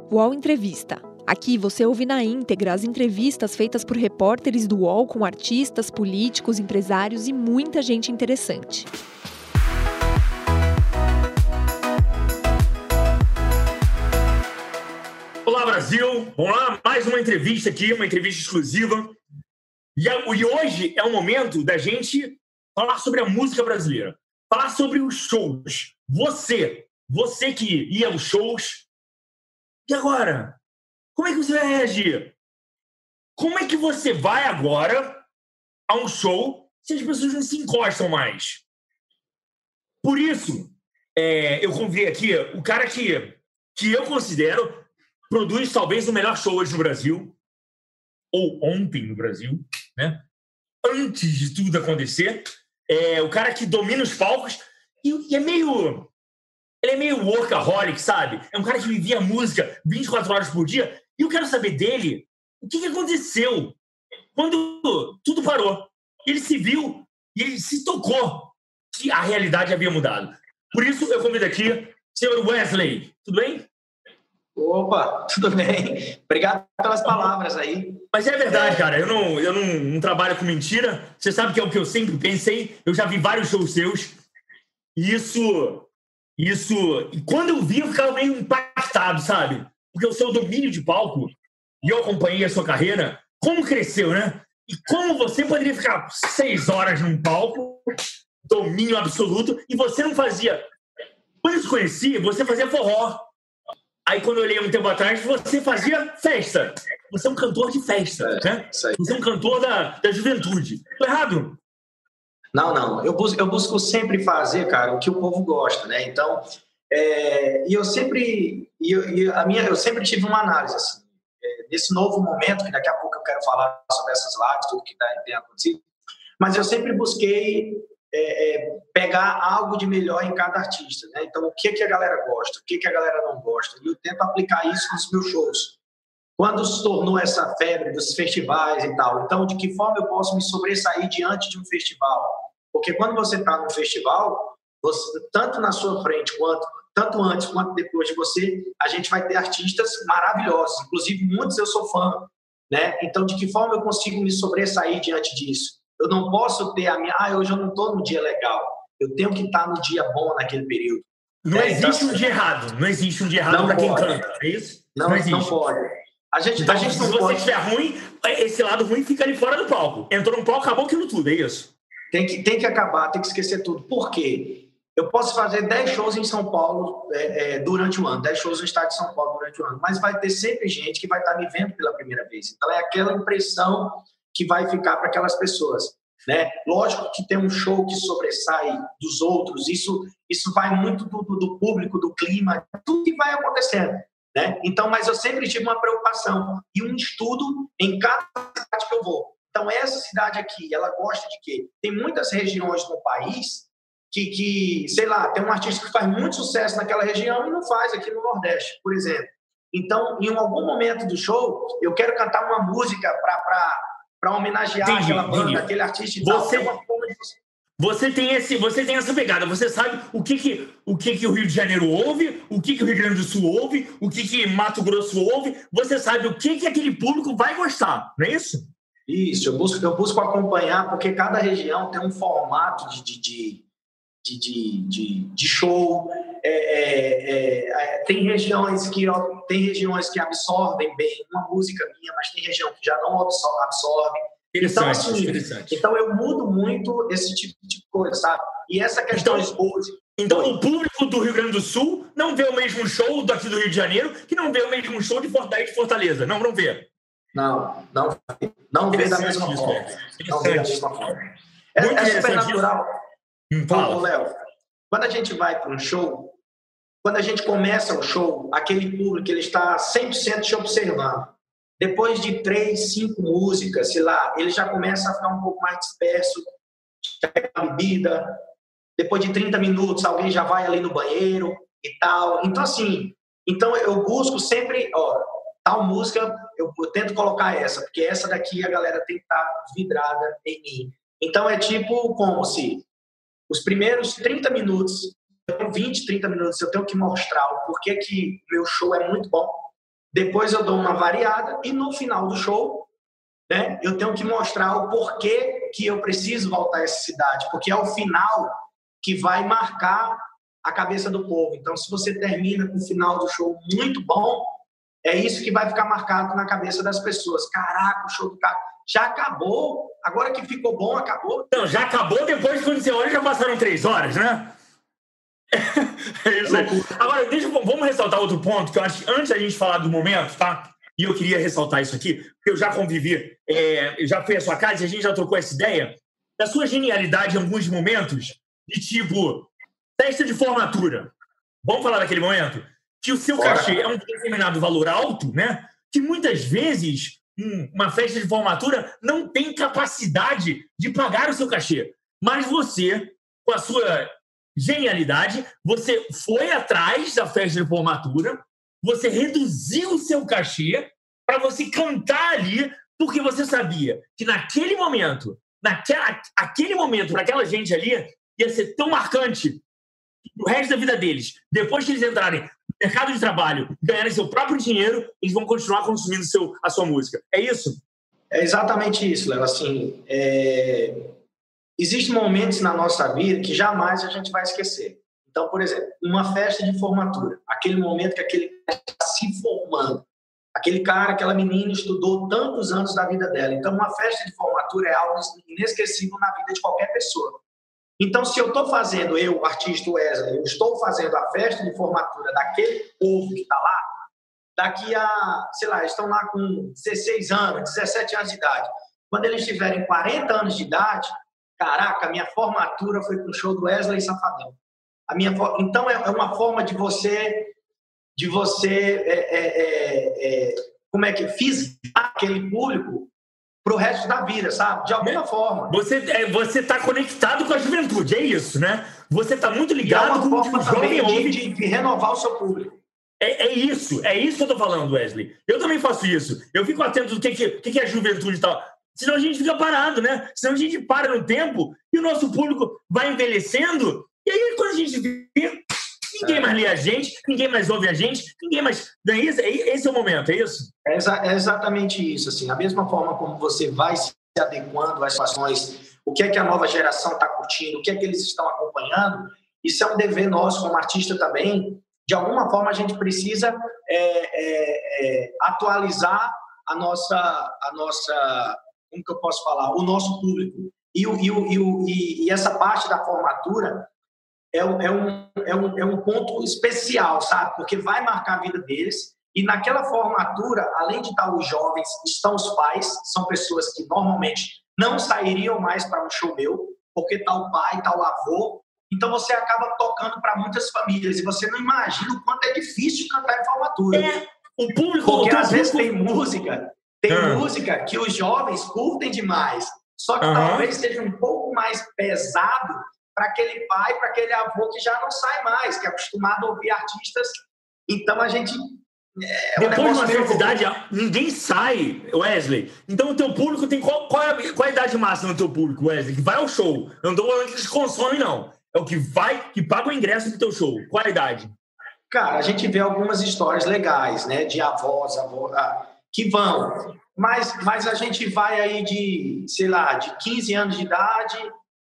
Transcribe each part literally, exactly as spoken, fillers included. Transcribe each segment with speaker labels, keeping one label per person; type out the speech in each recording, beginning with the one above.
Speaker 1: UOL Entrevista. Aqui você ouve na íntegra as entrevistas feitas por repórteres do UOL com artistas, políticos, empresários e muita gente interessante.
Speaker 2: Olá, Brasil! Vamos lá, mais uma entrevista aqui, uma entrevista exclusiva. E, a, e hoje é o momento da gente falar sobre a música brasileira, falar sobre os shows. Você, você que ia aos shows, e agora? Como é que você vai reagir? Como é que você vai agora a um show se as pessoas não se encostam mais? Por isso, é, eu convidei aqui o cara que, que eu considero produz talvez o melhor show hoje no Brasil, ou ontem no Brasil, né? Antes de tudo acontecer. É o cara que domina os palcos e, e é meio... Ele é meio workaholic, sabe? É um cara que vivia música vinte e quatro horas por dia. E eu quero saber dele o que, que aconteceu quando tudo parou. Ele se viu e ele se tocou que a realidade havia mudado. Por isso, eu convido aqui o senhor Wesley. Tudo bem?
Speaker 3: Opa, tudo bem. Obrigado pelas palavras aí.
Speaker 2: Mas é verdade, cara. Eu, não, eu não, não trabalho com mentira. Você sabe que é o que eu sempre pensei. Eu já vi vários shows seus. E isso... Isso... E quando eu vi, eu ficava meio impactado, sabe? Porque o seu domínio de palco, e eu acompanhei a sua carreira, como cresceu, né? E como você poderia ficar seis horas num palco, domínio absoluto, e você não fazia... Quando eu te conheci, você fazia forró. Aí, quando eu olhei um tempo atrás, você fazia festa. Você é um cantor de festa, é, né? Você é um cantor da, da juventude. Tô errado?
Speaker 3: Não, não. Eu busco, eu busco sempre fazer, cara, o que o povo gosta, né? Então, é, e eu sempre... E eu, e a minha, eu sempre tive uma análise, assim, é, desse novo momento, que daqui a pouco eu quero falar sobre essas lives, tudo que tá, tem acontecido. Mas eu sempre busquei é, é, pegar algo de melhor em cada artista, né? Então, o que, que a galera gosta, o que, que a galera não gosta. E eu tento aplicar isso nos meus shows. Quando se tornou essa febre dos festivais e tal, então, de que forma eu posso me sobressair diante de um festival? Porque quando você está num festival, você, tanto na sua frente, quanto, tanto antes quanto depois de você, a gente vai ter artistas maravilhosos, inclusive muitos eu sou fã, né? Então, de que forma eu consigo me sobressair diante disso? Eu não posso ter a minha... Ah, hoje eu não estou no dia legal. Eu tenho que estar no dia bom naquele período.
Speaker 2: Não
Speaker 3: é,
Speaker 2: existe
Speaker 3: então,
Speaker 2: um dia errado. Não existe um dia errado para quem canta, é isso?
Speaker 3: Não,
Speaker 2: não existe.
Speaker 3: Não pode. A gente,
Speaker 2: então,
Speaker 3: a gente
Speaker 2: se
Speaker 3: não
Speaker 2: você
Speaker 3: pode...
Speaker 2: estiver ruim, esse lado ruim fica ali fora do palco. Entrou no palco, acabou aquilo tudo, é isso?
Speaker 3: Tem que, tem que acabar, tem que esquecer tudo. Por quê? Eu posso fazer dez shows em São Paulo é, é, durante o ano, dez shows no estado de São Paulo durante o ano, mas vai ter sempre gente que vai estar me vendo pela primeira vez. Então, é aquela impressão que vai ficar para aquelas pessoas, né? Lógico que tem um show que sobressai dos outros, isso, isso vai muito do, do público, do clima, tudo que vai acontecendo, né? Então, mas eu sempre tive uma preocupação e um estudo em cada cidade que eu vou. Então, essa cidade aqui, ela gosta de quê? Tem muitas regiões no país que, que, sei lá, tem um artista que faz muito sucesso naquela região e não faz aqui no Nordeste, por exemplo. Então, em algum momento do show, eu quero cantar uma música para homenagear
Speaker 2: entendi,
Speaker 3: aquela banda,
Speaker 2: entendi.
Speaker 3: aquele artista e
Speaker 2: você,
Speaker 3: tal. Uma forma de...
Speaker 2: você, tem esse, você tem essa pegada, você sabe o que, que, o, que, que o Rio de Janeiro ouve, o que, que o Rio Grande do Sul ouve, o que, que Mato Grosso ouve, você sabe o que, que aquele público vai gostar, não é isso?
Speaker 3: Isso, eu busco, eu busco acompanhar, porque cada região tem um formato de, de, de, de, de, de show. É, é, é, tem, regiões que, tem regiões que absorvem bem uma música minha, mas tem região que já não absorve. Então, assim, então eu mudo muito esse tipo de coisa, sabe? E essa questão
Speaker 2: então,
Speaker 3: hoje...
Speaker 2: Então o público do Rio Grande do Sul não vê o mesmo show daqui do Rio de Janeiro que não vê o mesmo show de Fortaleza. Não, não vê.
Speaker 3: Não, não, não vê da mesma
Speaker 2: isso,
Speaker 3: forma.
Speaker 2: É.
Speaker 3: Não vê da mesma forma. É,
Speaker 2: Muito
Speaker 3: é super natural.
Speaker 2: Hum, fala.
Speaker 3: Ô, Léo, quando a gente vai para um show, quando a gente começa o show, aquele público ele está cem por cento te observando. Depois de três, cinco músicas, sei lá, ele já começa a ficar um pouco mais disperso, já pega uma bebida. Depois de trinta minutos, alguém já vai ali no banheiro e tal. Então, assim, então eu busco sempre, ó, tal música, eu, eu tento colocar essa, porque essa daqui a galera tem que estar vidrada em mim. Então, é tipo como se os primeiros trinta minutos, vinte, trinta minutos, eu tenho que mostrar o porquê que meu show é muito bom. depois eu dou uma variada e no final do show, né, eu tenho que mostrar o porquê que eu preciso voltar a essa cidade, porque é o final que vai marcar a cabeça do povo. Então, se você termina com o final do show muito bom, é isso que vai ficar marcado na cabeça das pessoas. Caraca, o show do cara já acabou, agora que ficou bom, acabou.
Speaker 2: Não, já acabou depois, quando você olha, já passaram três horas, né? É isso aí. Agora, deixa, vamos ressaltar outro ponto, que eu acho que antes da gente falar do momento, tá? E eu queria ressaltar isso aqui, porque eu já convivi, é, eu já fui à sua casa e a gente já trocou essa ideia da sua genialidade em alguns momentos, de tipo, festa de formatura. Vamos falar daquele momento? Que o seu cachê é um determinado valor alto, né? Que muitas vezes hum, uma festa de formatura não tem capacidade de pagar o seu cachê. Mas você, com a sua genialidade, você foi atrás da festa de formatura, você reduziu o seu cachê para você cantar ali, porque você sabia que naquele momento, naquela, aquele momento, para aquela gente ali, ia ser tão marcante o resto da vida deles. Depois que eles entrarem no mercado de trabalho, ganharem seu próprio dinheiro, eles vão continuar consumindo seu, a sua música. É isso?
Speaker 3: É exatamente isso, Léo. Assim, é... existem momentos na nossa vida que jamais a gente vai esquecer. Então, por exemplo, uma festa de formatura, aquele momento que aquele cara está se formando, aquele cara, aquela menina estudou tantos anos da vida dela. Então, uma festa de formatura é algo inesquecível na vida de qualquer pessoa. Então, se eu estou fazendo, eu, o artista Wesley, eu estou fazendo a festa de formatura daquele povo que está lá, daqui a, sei lá, estão lá com dezesseis anos, dezessete anos de idade. Quando eles tiverem quarenta anos de idade, caraca, a minha formatura foi com o show do Wesley Safadão. A minha, então, é uma forma de você, de você é, é, é, é, como é que fisgar aquele público para o resto da vida, sabe? De alguma forma.
Speaker 2: Você é, você está conectado com a juventude, é isso, né? Você está muito ligado
Speaker 3: com
Speaker 2: o que o jovem ouve.
Speaker 3: De, de renovar o seu público.
Speaker 2: É, é isso, é isso que eu estou falando, Wesley. Eu também faço isso. Eu fico atento do que, que, que é a juventude e tal. Senão a gente fica parado, né? Senão a gente para no tempo e o nosso público vai envelhecendo. E aí, quando a gente vê, ninguém mais lê a gente, ninguém mais ouve a gente, ninguém mais... Não é isso? Esse é o momento, é isso?
Speaker 3: É, exa- é exatamente isso. Assim, a mesma forma como você vai se adequando às situações, o que é que a nova geração está curtindo, o que é que eles estão acompanhando, isso é um dever nosso como artista também. De alguma forma, a gente precisa é, é, é, atualizar a nossa, a nossa... Como que eu posso falar? O nosso público. E, o, e, o, e, o, e, e essa parte da formatura é um, é, um, é, um, é um ponto especial, sabe? Porque vai marcar a vida deles. E naquela formatura, além de estar os jovens, estão os pais. São pessoas que normalmente não sairiam mais para um show meu, porque está o pai, está o avô. Então você acaba tocando para muitas famílias. E você não imagina o quanto é difícil cantar em formatura.
Speaker 2: É, o público...
Speaker 3: Porque
Speaker 2: o
Speaker 3: às vezes
Speaker 2: público...
Speaker 3: tem música... Tem uhum. música que os jovens curtem demais, só que uhum. talvez seja um pouco mais pesado para aquele pai, para aquele avô que já não sai mais, que é acostumado a ouvir artistas. Então a gente... É,
Speaker 2: Depois de uma certa idade, ninguém sai, Wesley. Então o teu público tem... Qual, qual, é a, qual é a idade máxima do teu público, Wesley? Que vai ao show. Eu não estou falando que consome, não. É o que vai, que paga o ingresso do teu show. Qual é a idade?
Speaker 3: Cara, a gente vê algumas histórias legais, né? De avós, avós... que vão, mas, mas a gente vai aí de, sei lá, de quinze anos de idade,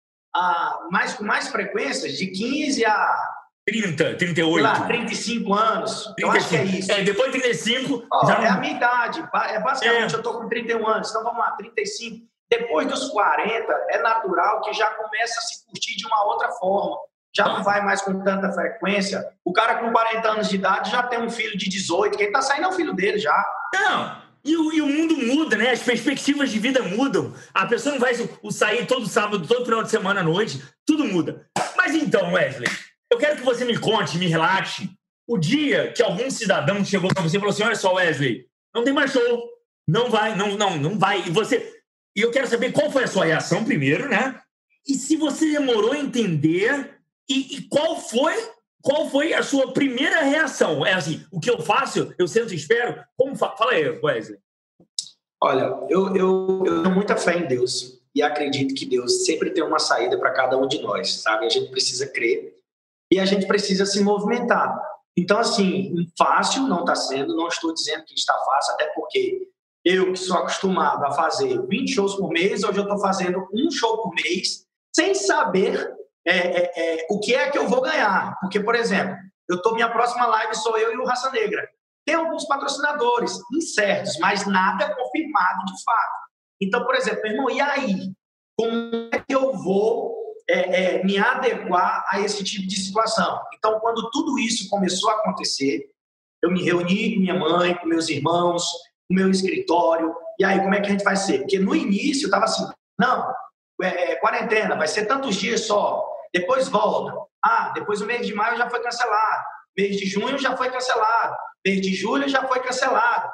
Speaker 3: a, mais, com mais frequências, de quinze a...
Speaker 2: trinta, trinta e oito.
Speaker 3: Sei lá, trinta e cinco anos,
Speaker 2: trinta e cinco. Eu acho que é isso. É, depois de trinta e cinco...
Speaker 3: Ó,
Speaker 2: já...
Speaker 3: É a minha idade, é, basicamente é. Eu tô com trinta e um anos, então vamos lá, trinta e cinco. Depois dos quarenta, é natural que já começa a se curtir de uma outra forma. Já não vai mais com tanta frequência. O cara com quarenta anos de idade já tem um filho de dezoito. Quem tá saindo é o filho dele já.
Speaker 2: Não, e o, e o mundo muda, né? As perspectivas de vida mudam. A pessoa não vai o sair todo sábado, todo final de semana à noite. Tudo muda. Mas então, Wesley, eu quero que você me conte, me relate, o dia que algum cidadão chegou para você e falou assim, olha só, Wesley, não tem mais show. Não vai, não, não, não vai. E você... E eu quero saber qual foi a sua reação primeiro, né? E se você demorou a entender... E, e qual foi qual foi a sua primeira reação? É assim, o que eu faço? Eu sento e espero? Como fa... Fala aí, Wesley.
Speaker 3: Olha, eu, eu, eu tenho muita fé em Deus e acredito que Deus sempre tem uma saída para cada um de nós, sabe? A gente precisa crer e a gente precisa se movimentar. Então, assim, fácil não está sendo, não estou dizendo que está fácil, até porque eu, que sou acostumado a fazer vinte shows por mês, hoje eu estou fazendo um show por mês, sem saber é, é, é, o que é que eu vou ganhar. Porque, por exemplo, eu tô, minha próxima live sou eu e o Raça Negra. Tem alguns patrocinadores incertos, mas nada confirmado de fato. Então, por exemplo, irmão, e aí? Como é que eu vou é, é, me adequar a esse tipo de situação? Então, quando tudo isso começou a acontecer, eu me reuni com minha mãe, com meus irmãos, com meu escritório, e aí, como é que a gente vai ser? Porque no início eu estava assim, não, é, é, quarentena, vai ser tantos dias só, depois volta. Ah, depois o mês de maio já foi cancelado, mês de junho já foi cancelado, mês de julho já foi cancelado.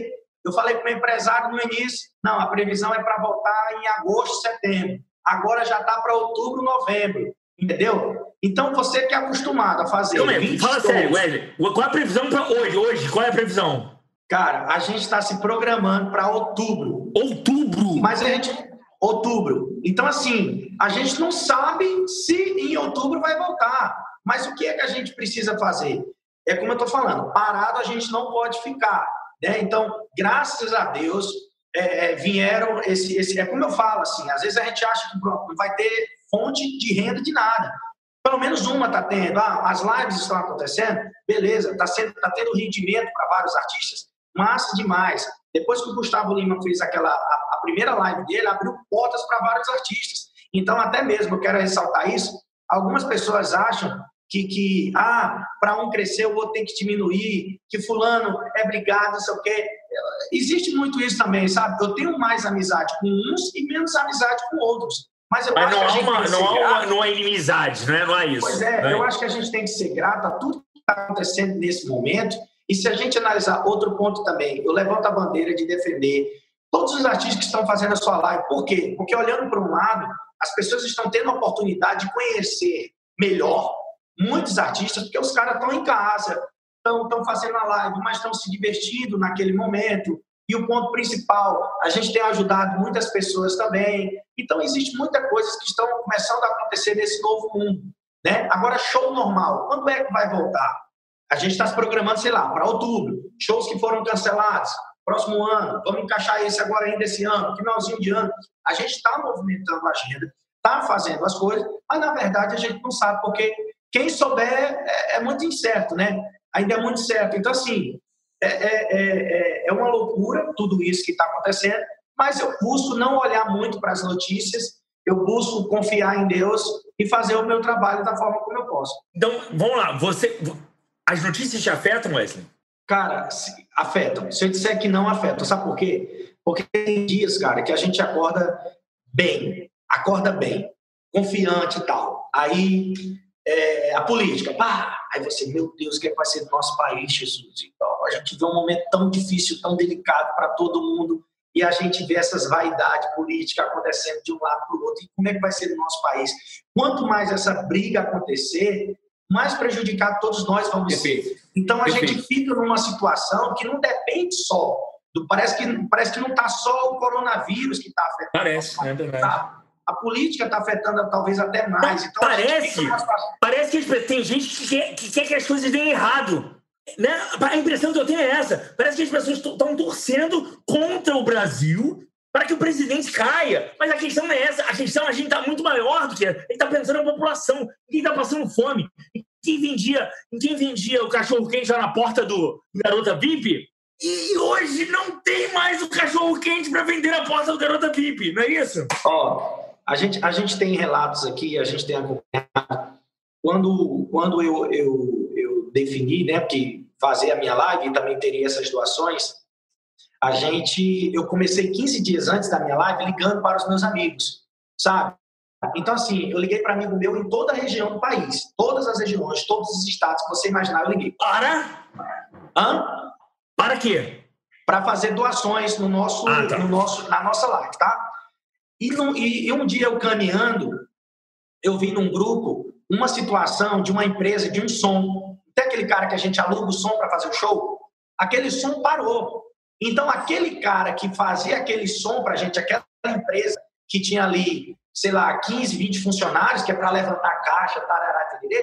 Speaker 3: Eu falei com o meu empresário no início, não, a previsão é para voltar em agosto, setembro. Agora já está para outubro, novembro, entendeu? Então, você que é acostumado a fazer...
Speaker 2: Como é? Fala shows, sério, Wesley. Qual é a previsão para hoje? Hoje, qual é a previsão?
Speaker 3: Cara, a gente está se programando para outubro.
Speaker 2: Outubro?
Speaker 3: Mas a gente... Outubro. Então, assim, a gente não sabe se em outubro vai voltar. Mas o que é que a gente precisa fazer? É como eu estou falando, parado a gente não pode ficar. Né? Então, graças a Deus, é, vieram esse, esse... É como eu falo, assim, às vezes a gente acha que não vai ter fonte de renda de nada. Pelo menos uma está tendo. Ah, as lives estão acontecendo, beleza, está tá tendo rendimento para vários artistas, massa demais. Depois que o Gustavo Lima fez aquela, a, a primeira live dele, abriu portas para vários artistas. Então, até mesmo, eu quero ressaltar isso, algumas pessoas acham que, que ah, para um crescer o outro tem que diminuir, que fulano é brigado, não sei o quê. Existe muito isso também, sabe? Eu tenho mais amizade com uns e menos amizade com outros. Mas, eu
Speaker 2: Mas
Speaker 3: acho
Speaker 2: não,
Speaker 3: que a
Speaker 2: há
Speaker 3: gente
Speaker 2: uma,
Speaker 3: tem que
Speaker 2: não,
Speaker 3: ser
Speaker 2: há
Speaker 3: grato.
Speaker 2: uma, não há inimizade, né? Não é isso.
Speaker 3: Pois é,
Speaker 2: né?
Speaker 3: eu acho que a gente tem que ser grato a tudo que está acontecendo nesse momento. E se a gente analisar outro ponto também, eu levanto a bandeira de defender todos os artistas que estão fazendo a sua live. Por quê? Porque olhando para um lado, as pessoas estão tendo a oportunidade de conhecer melhor muitos artistas, porque os caras estão em casa, estão fazendo a live, mas estão se divertindo naquele momento. E o ponto principal, a gente tem ajudado muitas pessoas também. Então, existe muitas coisas que estão começando a acontecer nesse novo mundo. Né? Agora, show normal, quando é que vai voltar? A gente está se programando, sei lá, para outubro. Shows que foram cancelados, próximo ano. Vamos encaixar esse agora ainda esse ano, finalzinho de ano. A gente está movimentando a agenda, está fazendo as coisas, mas, na verdade, a gente não sabe, porque quem souber é, é muito incerto, né? Ainda é muito certo. Então, assim, é, é, é, é uma loucura tudo isso que está acontecendo, mas eu busco não olhar muito para as notícias, eu busco confiar em Deus e fazer o meu trabalho da forma como eu posso.
Speaker 2: Então, vamos lá. Você... As notícias te afetam, Wesley?
Speaker 3: Cara, afetam. Se eu disser que não, afetam. Sabe por quê? Porque tem dias, cara, que a gente acorda bem, acorda bem, confiante e tal. Aí, é, a política, pá, aí você, meu Deus, o que, é que vai ser do nosso país, Jesus? Então, a gente vê um momento tão difícil, tão delicado para todo mundo, e a gente vê essas vaidades políticas acontecendo de um lado para o outro. E como é que vai ser do nosso país? Quanto mais essa briga acontecer, mais prejudicado todos nós vamos ser. Então, a
Speaker 2: Perfeito.
Speaker 3: gente fica numa situação que não depende só. Do, parece, que, parece que não está só o coronavírus que está afetando.
Speaker 2: Parece, é verdade.
Speaker 3: Tá? A política está afetando talvez até mais. Então,
Speaker 2: parece, parece que tem gente que quer, que quer que as coisas deem errado. Né? A impressão que eu tenho é essa. Parece que as pessoas estão torcendo contra o Brasil para que o presidente caia. Mas a questão não é essa. A questão, a gente está muito maior do que... A gente está pensando na população. Em quem está passando fome. Em quem vendia, em quem vendia o cachorro-quente lá na porta do Garota V I P. E hoje não tem mais o cachorro-quente para vender na porta do Garota V I P. Não é isso?
Speaker 3: Ó, a gente, a gente tem relatos aqui, a gente tem acompanhado. Quando, quando eu, eu, eu defini, né, que fazer a minha live e também teria essas doações, a gente, eu comecei quinze dias antes da minha live ligando para os meus amigos, sabe? Então, assim, eu liguei para amigo meu em toda a região do país, todas as regiões, todos os estados que você imaginar, eu liguei.
Speaker 2: Para?
Speaker 3: Hã?
Speaker 2: Para quê?
Speaker 3: Para fazer doações no nosso,
Speaker 2: ah, tá.
Speaker 3: no nosso, na nossa live, tá? E, no, e, e um dia eu caminhando, eu vi num grupo uma situação de uma empresa de um som. Tem aquele cara que a gente aluga o som para fazer o show? Aquele som parou. Então, aquele cara que fazia aquele som para a gente, aquela empresa que tinha ali, sei lá, quinze, vinte funcionários, que é para levantar caixa, tarará, tarará,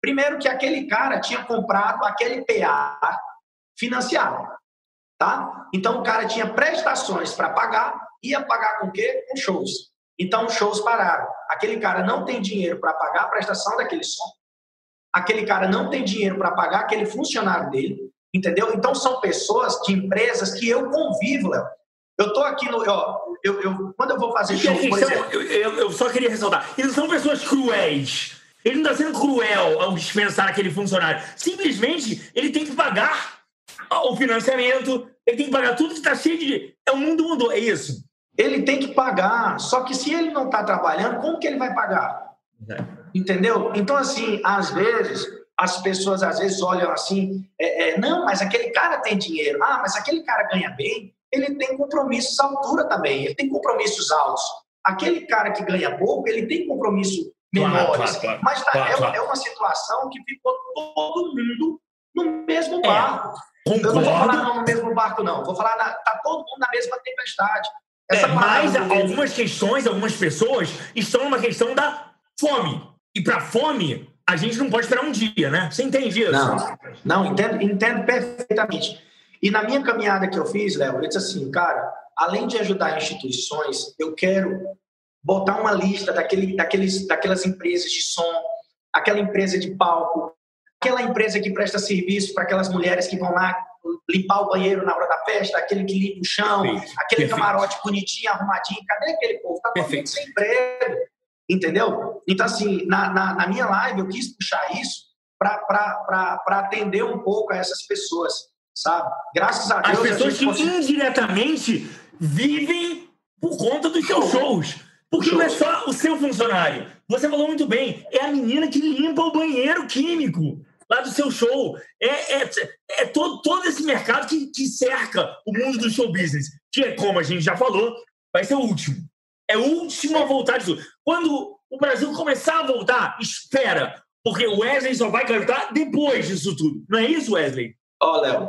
Speaker 3: Primeiro que aquele cara tinha comprado aquele P A financiado, tá? Então o cara tinha prestações para pagar, ia pagar com o quê? Com shows. Então os shows pararam. Aquele cara não tem dinheiro para pagar a prestação daquele som. Aquele cara não tem dinheiro para pagar aquele funcionário dele, entendeu? Então são pessoas de empresas que eu convivo, Léo. Eu tô aqui no... Ó, eu, eu, quando eu vou fazer show, por exemplo...
Speaker 2: Eu, eu, eu só queria ressaltar, eles são pessoas cruéis. Ele não está sendo cruel ao dispensar aquele funcionário. Simplesmente, ele tem que pagar o financiamento, ele tem que pagar tudo que está cheio de... É, o mundo mudou, é isso.
Speaker 3: Ele tem que pagar, só que se ele não está trabalhando, como que ele vai pagar? É. Entendeu? Então, assim, às vezes, as pessoas às vezes olham assim, é, é, não, mas aquele cara tem dinheiro. Ah, mas aquele cara ganha bem, ele tem compromissos à altura também, ele tem compromissos altos. Aquele cara que ganha pouco, ele tem compromisso menores. Claro, claro, claro, mas tá, claro, é, claro. é uma situação que ficou todo mundo no mesmo barco. É, eu não vou falar não, no mesmo barco, não. Vou falar, na, tá todo mundo na mesma tempestade.
Speaker 2: Essa é, mas algumas questões, algumas pessoas estão numa questão da fome. E para fome, a gente não pode esperar um dia, né? Você entende isso?
Speaker 3: Não, não entendo, entendo perfeitamente. E na minha caminhada que eu fiz, Léo, eu disse assim, cara, além de ajudar instituições, eu quero botar uma lista daquele, daqueles, daquelas empresas de som, aquela empresa de palco, aquela empresa que presta serviço para aquelas mulheres que vão lá limpar o banheiro na hora da festa, aquele que limpa o chão, Perfeito. aquele Perfeito. camarote bonitinho, arrumadinho. Cadê aquele povo? Tá todo mundo sem emprego. Entendeu? Então, assim, na, na, na minha live eu quis puxar isso para atender um pouco a essas pessoas, sabe? Graças a Deus...
Speaker 2: As pessoas que conseguiu... indiretamente vivem por conta dos seus shows. Porque Show. não é só o seu funcionário. Você falou muito bem. É a menina que limpa o banheiro químico lá do seu show. É, é, é todo, todo esse mercado que, que cerca o mundo do show business. Que é, como a gente já falou, vai ser o último. É o último a voltar de tudo. Quando o Brasil começar a voltar, espera. Porque o Wesley só vai cantar depois disso tudo. Não é isso, Wesley?
Speaker 3: Ó, oh, Léo,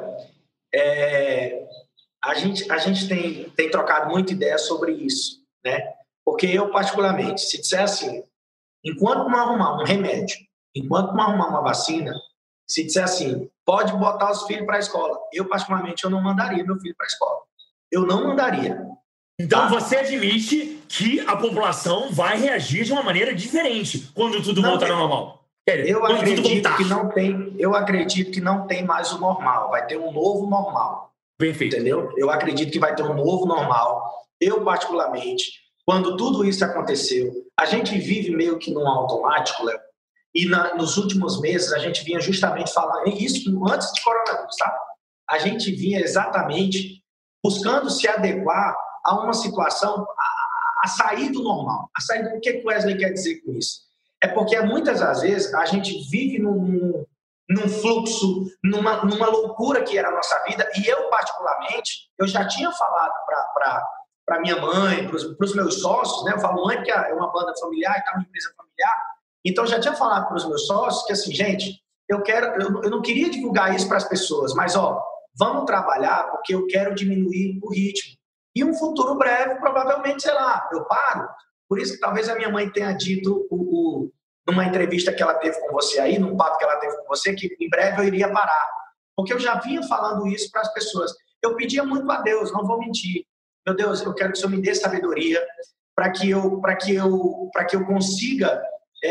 Speaker 3: é... a gente, a gente tem, tem trocado muita ideia sobre isso, né? Porque eu, particularmente, se disser assim, enquanto não arrumar um remédio, enquanto não arrumar uma vacina, se disser assim, pode botar os filhos para a escola. Eu, particularmente, eu não mandaria meu filho para a escola. Eu não mandaria.
Speaker 2: Então, tá? Você admite que a população vai reagir de uma maneira diferente quando tudo não, voltar ao normal.
Speaker 3: Eu acredito, que não tem, eu acredito que não tem mais o normal. Vai ter um novo normal.
Speaker 2: Perfeito.
Speaker 3: Entendeu? Eu acredito que vai ter um novo normal. Eu, particularmente... Quando tudo isso aconteceu, a gente vive meio que num automático, Léo, e na, nos últimos meses a gente vinha justamente falando, isso antes de coronavírus, tá? A gente vinha exatamente buscando se adequar a uma situação, a, a sair do normal. A sair do, o que o Wesley quer dizer com isso? É porque muitas das vezes a gente vive num, num fluxo, numa, numa loucura que era a nossa vida, e eu particularmente, eu já tinha falado para para minha mãe, para os meus sócios, né? Eu falo mãe porque é uma banda familiar e tá uma empresa familiar. Então, eu já tinha falado para os meus sócios que, assim, gente, eu, quero, eu, eu não queria divulgar isso para as pessoas, mas, ó, vamos trabalhar porque eu quero diminuir o ritmo. E um futuro breve, provavelmente, sei lá, eu paro. Por isso que talvez a minha mãe tenha dito, o, o, numa entrevista que ela teve com você aí, num papo que ela teve com você, que em breve eu iria parar. Porque eu já vinha falando isso para as pessoas. Eu pedia muito a Deus, não vou mentir. Meu Deus, eu quero que o Senhor me dê sabedoria para que eu, para que eu, para que eu consiga é,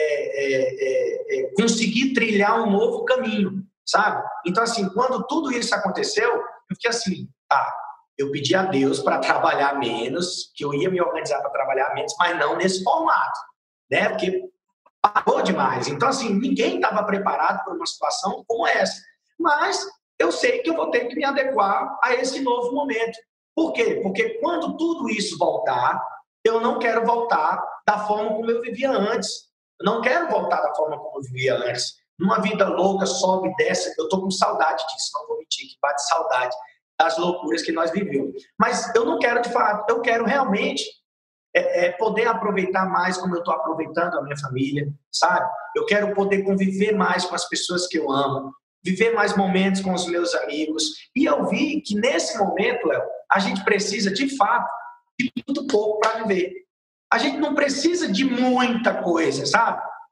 Speaker 3: é, é, é, conseguir trilhar um novo caminho, sabe? Então, assim, quando tudo isso aconteceu, eu fiquei assim, tá, eu pedi a Deus para trabalhar menos, que eu ia me organizar para trabalhar menos, mas não nesse formato, né? Porque parou demais. Então, assim, ninguém estava preparado para uma situação como essa. Mas eu sei que eu vou ter que me adequar a esse novo momento. Por quê? Porque quando tudo isso voltar, eu não quero voltar da forma como eu vivia antes. Eu não quero voltar da forma como eu vivia antes. Numa vida louca, sobe e desce. Eu estou com saudade disso, não vou mentir, que bate saudade das loucuras que nós vivemos. Mas eu não quero te falar, eu quero realmente é, é, poder aproveitar mais como eu estou aproveitando a minha família, sabe? Eu quero poder conviver mais com as pessoas que eu amo, viver mais momentos com os meus amigos. E eu vi que nesse momento, Léo, a gente precisa, de fato, de muito pouco para viver. A gente não precisa de muita coisa, sabe?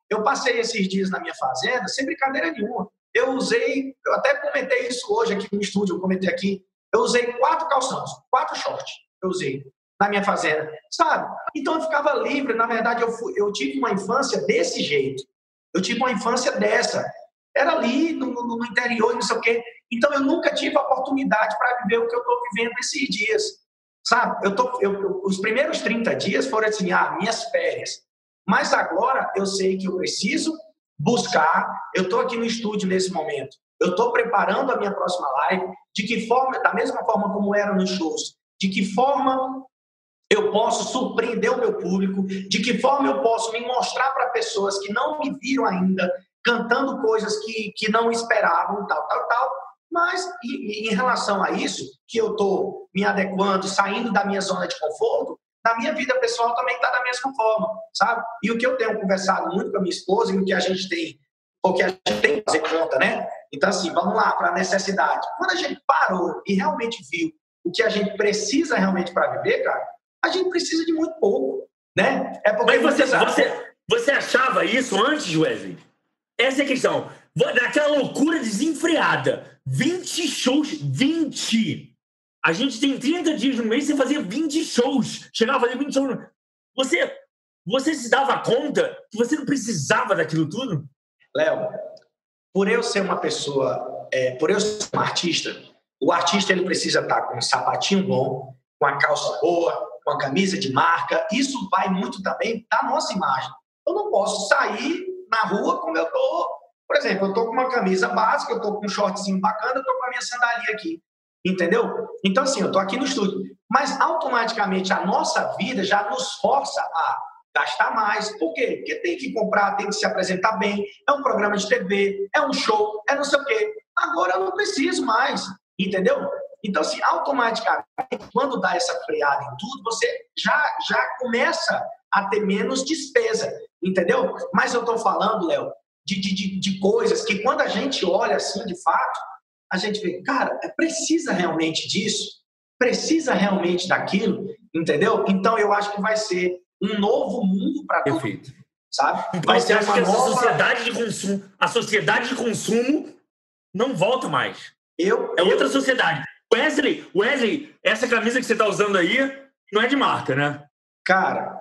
Speaker 3: eu passei esses dias na minha fazenda sem brincadeira nenhuma. Eu usei, eu até comentei isso hoje aqui no estúdio, eu comentei aqui, eu usei quatro calções, quatro shorts, eu usei na minha fazenda, sabe? Então eu ficava livre, na verdade eu, fui, eu tive uma infância desse jeito, eu tive uma infância dessa, era ali no, no interior, não sei o quê, então eu nunca tive a oportunidade para viver o que eu estou vivendo esses dias, sabe? Eu tô, eu, eu, os primeiros trinta dias foram assim, ah, minhas férias, mas agora eu sei que eu preciso buscar, eu estou aqui no estúdio nesse momento, eu estou preparando a minha próxima live, de que forma, da mesma forma como era nos shows, de que forma eu posso surpreender o meu público, de que forma eu posso me mostrar para pessoas que não me viram ainda, cantando coisas que, que não esperavam, tal, tal, tal, mas em, em relação a isso, que eu estou me adequando, saindo da minha zona de conforto, na minha vida pessoal também está da mesma forma, sabe? E o que eu tenho conversado muito com a minha esposa e o que a gente tem, o que a gente tem que fazer conta, né? Então, assim, vamos lá para a necessidade. Quando a gente parou e realmente viu o que a gente precisa realmente para viver, cara, a gente precisa de muito pouco, né? É porque
Speaker 2: Mas você, você, você achava isso antes, Wesley? Essa é a questão. Naquela loucura desenfreada. vinte shows, vinte! A gente tem trinta dias no mês, você fazia vinte shows. Chegava a fazer vinte shows. Você, você se dava conta que você não precisava daquilo tudo?
Speaker 3: Léo, por eu ser uma pessoa, é, por eu ser um artista, o artista ele precisa estar com um sapatinho bom, com a calça boa, com a camisa de marca. Isso vai muito também da nossa imagem. Eu não posso sair na rua como eu estou. Por exemplo, eu estou com uma camisa básica, eu estou com um shortzinho bacana, eu estou com a minha sandalinha aqui. Entendeu? Então, assim, eu estou aqui no estúdio. Mas, automaticamente, a nossa vida já nos força a gastar mais. Por quê? Porque tem que comprar, tem que se apresentar bem. É um programa de T V, é um show, é não sei o quê. Agora eu não preciso mais. Entendeu? Então, assim, automaticamente, quando dá essa freada em tudo, você já, já começa a ter menos despesa. Entendeu? Mas eu estou falando, Léo, de, de, de coisas que, quando a gente olha assim, de fato, a gente vê, cara, precisa realmente disso? Precisa realmente daquilo? Entendeu? Então, eu acho que vai ser um novo mundo para tudo.
Speaker 2: Perfeito.
Speaker 3: Sabe?
Speaker 2: Então,
Speaker 3: vai
Speaker 2: você
Speaker 3: ser
Speaker 2: acha
Speaker 3: uma
Speaker 2: que essa
Speaker 3: nova...
Speaker 2: sociedade de consumo, a sociedade de consumo não volta mais?
Speaker 3: Eu,
Speaker 2: é
Speaker 3: eu...
Speaker 2: outra sociedade. Wesley, Wesley, essa camisa que você está usando aí não é de marca, né?
Speaker 3: Cara,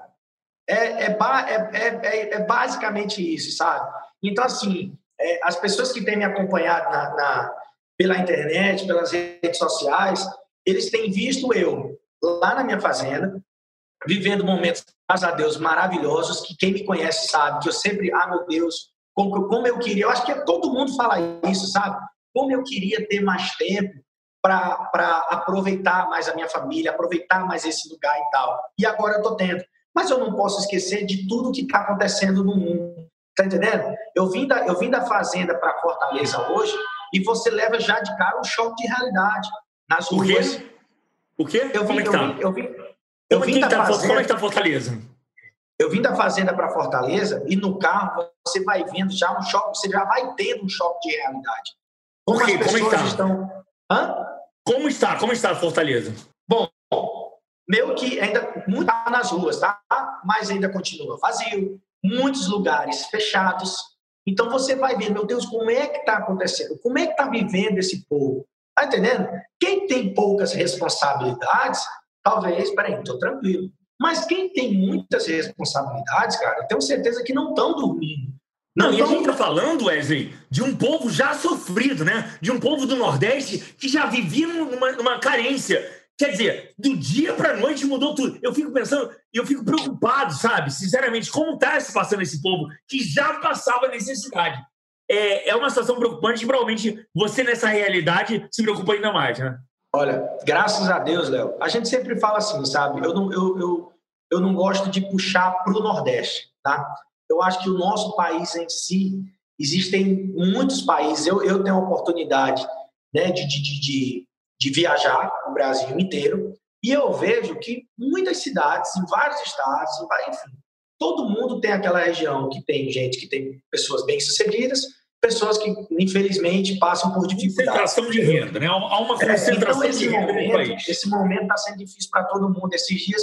Speaker 3: é, é, é, é, é basicamente isso, sabe? Então, assim, é, as pessoas que têm me acompanhado na, na, pela internet, pelas redes sociais, eles têm visto eu lá na minha fazenda, vivendo momentos, graças a Deus, maravilhosos, que quem me conhece sabe que eu sempre, ah, meu Deus, como, como eu queria, eu acho que todo mundo fala isso, sabe? Como eu queria ter mais tempo para aproveitar mais a minha família, aproveitar mais esse lugar e tal. E agora eu estou tendo. Mas eu não posso esquecer de tudo que está acontecendo no mundo. Tá entendendo? Eu vim da, eu vim da fazenda para Fortaleza hoje e você leva já de cara um choque de realidade. Nas
Speaker 2: ruas.
Speaker 3: O quê?
Speaker 2: O quê?
Speaker 3: Eu
Speaker 2: Como
Speaker 3: vim,
Speaker 2: é que tá?
Speaker 3: Eu vim, eu vim,
Speaker 2: eu
Speaker 3: eu
Speaker 2: vim
Speaker 3: vim da
Speaker 2: tá,
Speaker 3: fazenda,
Speaker 2: como é que tá Fortaleza?
Speaker 3: Eu vim da fazenda para Fortaleza e no carro você vai vendo já um choque, você já vai tendo um choque de realidade. Como
Speaker 2: Por quê?
Speaker 3: as pessoas
Speaker 2: Como está?
Speaker 3: estão... Hã?
Speaker 2: Como está? Como está Fortaleza?
Speaker 3: Bom, meu que ainda muito tá nas ruas, tá? Mas ainda continua vazio, muitos lugares fechados. Então você vai ver, meu Deus, como é que está acontecendo? Como é que está vivendo esse povo? Tá entendendo? Quem tem poucas responsabilidades, talvez, peraí, estou tranquilo. Mas quem tem muitas responsabilidades, cara, eu tenho certeza que não estão dormindo.
Speaker 2: Não,
Speaker 3: Não,
Speaker 2: e
Speaker 3: tão...
Speaker 2: a gente está falando, Wesley, de um povo já sofrido, né? De um povo do Nordeste que já vivia numa, numa carência. Quer dizer, do dia para a noite mudou tudo. Eu fico pensando, e eu fico preocupado, sabe? Sinceramente, como está se passando esse povo que já passava necessidade. É, é uma situação preocupante e provavelmente você, nessa realidade, se preocupa ainda mais, né?
Speaker 3: Olha, graças a Deus, Léo, a gente sempre fala assim, sabe? Eu não, eu, eu, eu não gosto de puxar para o Nordeste, tá? Eu acho que o nosso país em si, existem muitos países, eu, eu tenho a oportunidade, né, de, de, de, de viajar o Brasil inteiro e eu vejo que muitas cidades, em vários estados, enfim, todo mundo tem aquela região que tem gente, que tem pessoas bem-sucedidas, pessoas que, infelizmente, passam por dificuldades.
Speaker 2: Concentração de renda, né? Há uma concentração
Speaker 3: é, então, esse
Speaker 2: de renda
Speaker 3: momento,
Speaker 2: no país.
Speaker 3: Esse momento está sendo difícil para todo mundo. Esses dias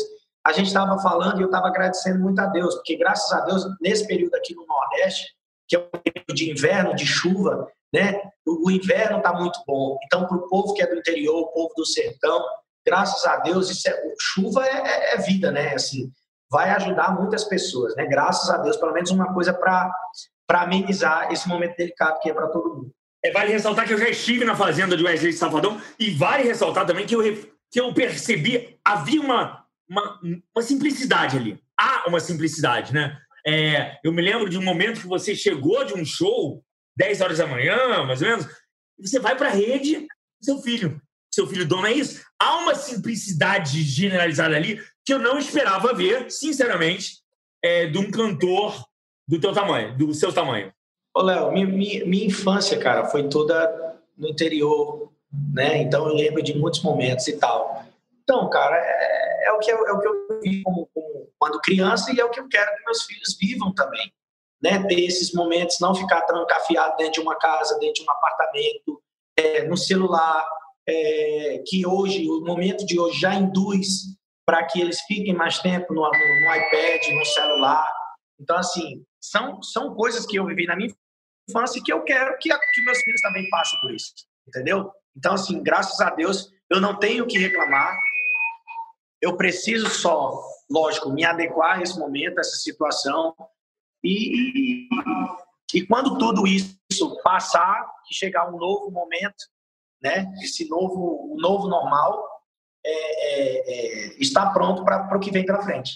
Speaker 3: a gente estava falando e eu estava agradecendo muito a Deus, porque graças a Deus, nesse período aqui no Nordeste, que é um período de inverno, de chuva, né? O, o inverno está muito bom. Então, para o povo que é do interior, o povo do sertão, graças a Deus, isso é, chuva é, é, é vida, né? Assim, vai ajudar muitas pessoas, né? Graças a Deus, pelo menos uma coisa para amenizar esse momento delicado que é para todo mundo.
Speaker 2: É, vale ressaltar que eu já estive na fazenda de Wesley Safadão e vale ressaltar também que eu, que eu percebi, havia uma, uma, uma simplicidade ali. Há uma simplicidade, né? É, eu me lembro de um momento que você chegou de um show, dez horas da manhã, mais ou menos, e você vai para a rede com seu filho. Seu filho dono é isso. Há uma simplicidade generalizada ali que eu não esperava ver, sinceramente, é, de um cantor do teu tamanho, do seu tamanho.
Speaker 3: Ô, Léo, minha, minha, minha infância, cara, foi toda no interior, né? Então eu lembro de muitos momentos e tal. Então, cara, é, é, o, que eu, é o que eu vi como, como, quando criança e é o que eu quero que meus filhos vivam também, né? Ter esses momentos, não ficar trancafiado dentro de uma casa, dentro de um apartamento, é, no celular, é, que hoje, o momento de hoje já induz para que eles fiquem mais tempo no, no, no iPad, no celular. Então, assim, são, são coisas que eu vivi na minha infância e que eu quero que, que meus filhos também passem por isso, entendeu? Então, assim, graças a Deus, eu não tenho o que reclamar. Eu preciso só, lógico, me adequar a esse momento, a essa situação. E, e quando tudo isso passar, que chegar um novo momento, né? Esse novo, o novo normal é, é, é, está pronto para o que vem pela frente.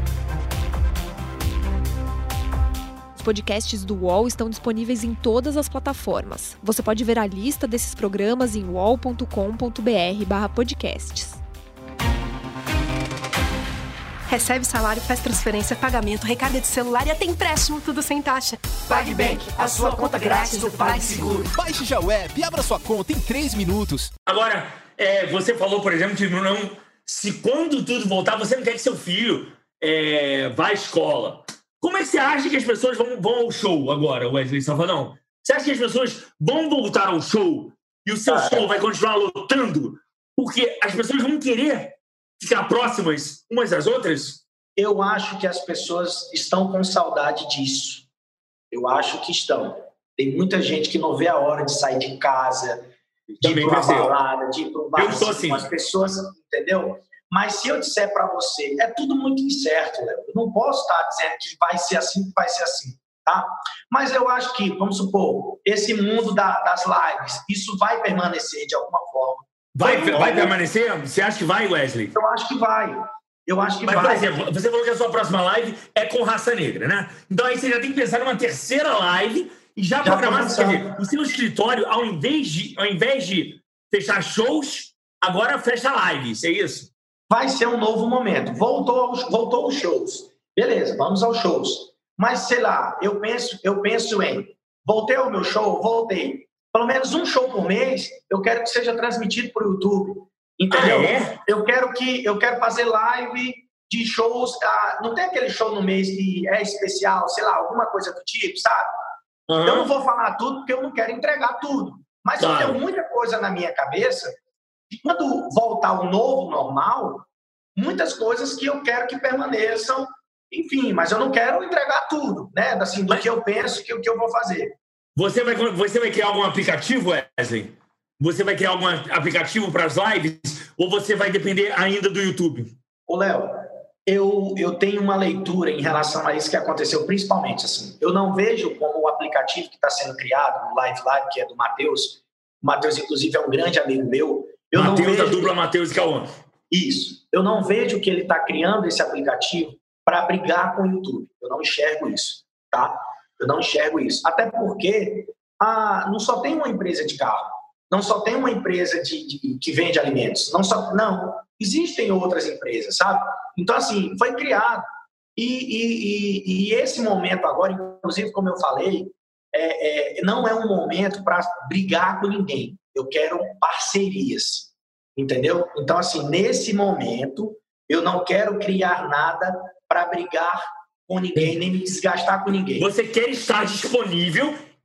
Speaker 1: Os podcasts do U O L estão disponíveis em todas as plataformas. Você pode ver a lista desses programas em uol ponto com ponto br barra podcasts.
Speaker 4: Recebe salário, faz transferência, pagamento, recarga de celular e até empréstimo, tudo sem taxa.
Speaker 5: PagBank, a sua conta grátis do PagSeguro.
Speaker 6: Baixe já o app e abra sua conta em três minutos.
Speaker 2: Agora, é, você falou, por exemplo, que não, se quando tudo voltar, você não quer que seu filho é, vá à escola. Como é que você acha que as pessoas vão, vão ao show agora, Wesley Safadão? Você acha que as pessoas vão voltar ao show e o seu ah, show vai continuar lotando? Porque as pessoas vão querer ficar próximas umas das outras?
Speaker 3: Eu acho que as pessoas estão com saudade disso. Eu acho que estão. Tem muita gente que não vê a hora de sair de casa, de ir para uma balada, de ir para um bar.
Speaker 2: Eu estou assim.
Speaker 3: As pessoas, entendeu? Mas se eu disser para você, é tudo muito incerto, Léo. Eu não posso estar dizendo que vai ser assim, que vai ser assim, tá? Mas eu acho que, vamos supor, esse mundo da, das lives, isso vai permanecer de alguma forma.
Speaker 2: Vai, vai permanecer? Você acha que vai, Wesley?
Speaker 3: Eu acho que vai. Eu acho que
Speaker 2: Mas,
Speaker 3: vai.
Speaker 2: por exemplo, você falou que a sua próxima live é com raça negra, né? Então aí você já tem que pensar numa terceira live e já, já programar. Quer dizer, o seu escritório, ao invés de, ao invés de fechar shows, agora fecha lives, é isso?
Speaker 3: Vai ser um novo momento. Voltou aos, voltou aos shows. Beleza, vamos aos shows. Mas, sei lá, eu penso, eu penso em... Voltei ao meu show? Voltei. Pelo menos um show por mês, eu quero que seja transmitido por YouTube. Entendeu?
Speaker 2: Ah, é?
Speaker 3: Eu quero que eu quero fazer live de shows... Ah, não tem aquele show no mês que é especial, sei lá, alguma coisa do tipo, sabe? Uhum. Eu não vou falar tudo porque eu não quero entregar tudo. Mas claro, eu tenho muita coisa na minha cabeça... E quando voltar o novo normal, muitas coisas que eu quero que permaneçam, enfim, mas eu não quero entregar tudo, né? Assim, do mas... que eu penso, que o que eu vou fazer.
Speaker 2: Você vai, você vai criar algum aplicativo, Wesley? Você vai criar algum aplicativo para as lives? Ou você vai depender ainda do YouTube?
Speaker 3: Ô, Léo, eu, eu tenho uma leitura em relação a isso que aconteceu, principalmente, assim, eu não vejo como o aplicativo que está sendo criado, o Live Live, que é do Matheus, o Matheus, inclusive, é um grande amigo meu.
Speaker 2: Matheus da dupla Matheus e Cauã.
Speaker 3: Isso. Eu não vejo que ele está criando esse aplicativo para brigar com o YouTube. Eu não enxergo isso, tá? Eu não enxergo isso. Até porque ah, não só tem uma empresa de carro, não só tem uma empresa de, de, que vende alimentos, não só, não. Existem outras empresas, sabe? Então, assim, foi criado. E, e, e, e esse momento agora, inclusive, como eu falei, é, é, não é um momento para brigar com ninguém. Eu quero parcerias, entendeu? Então, assim, nesse momento, eu não quero criar nada para brigar com ninguém, nem me desgastar com ninguém.
Speaker 2: Você quer estar disponível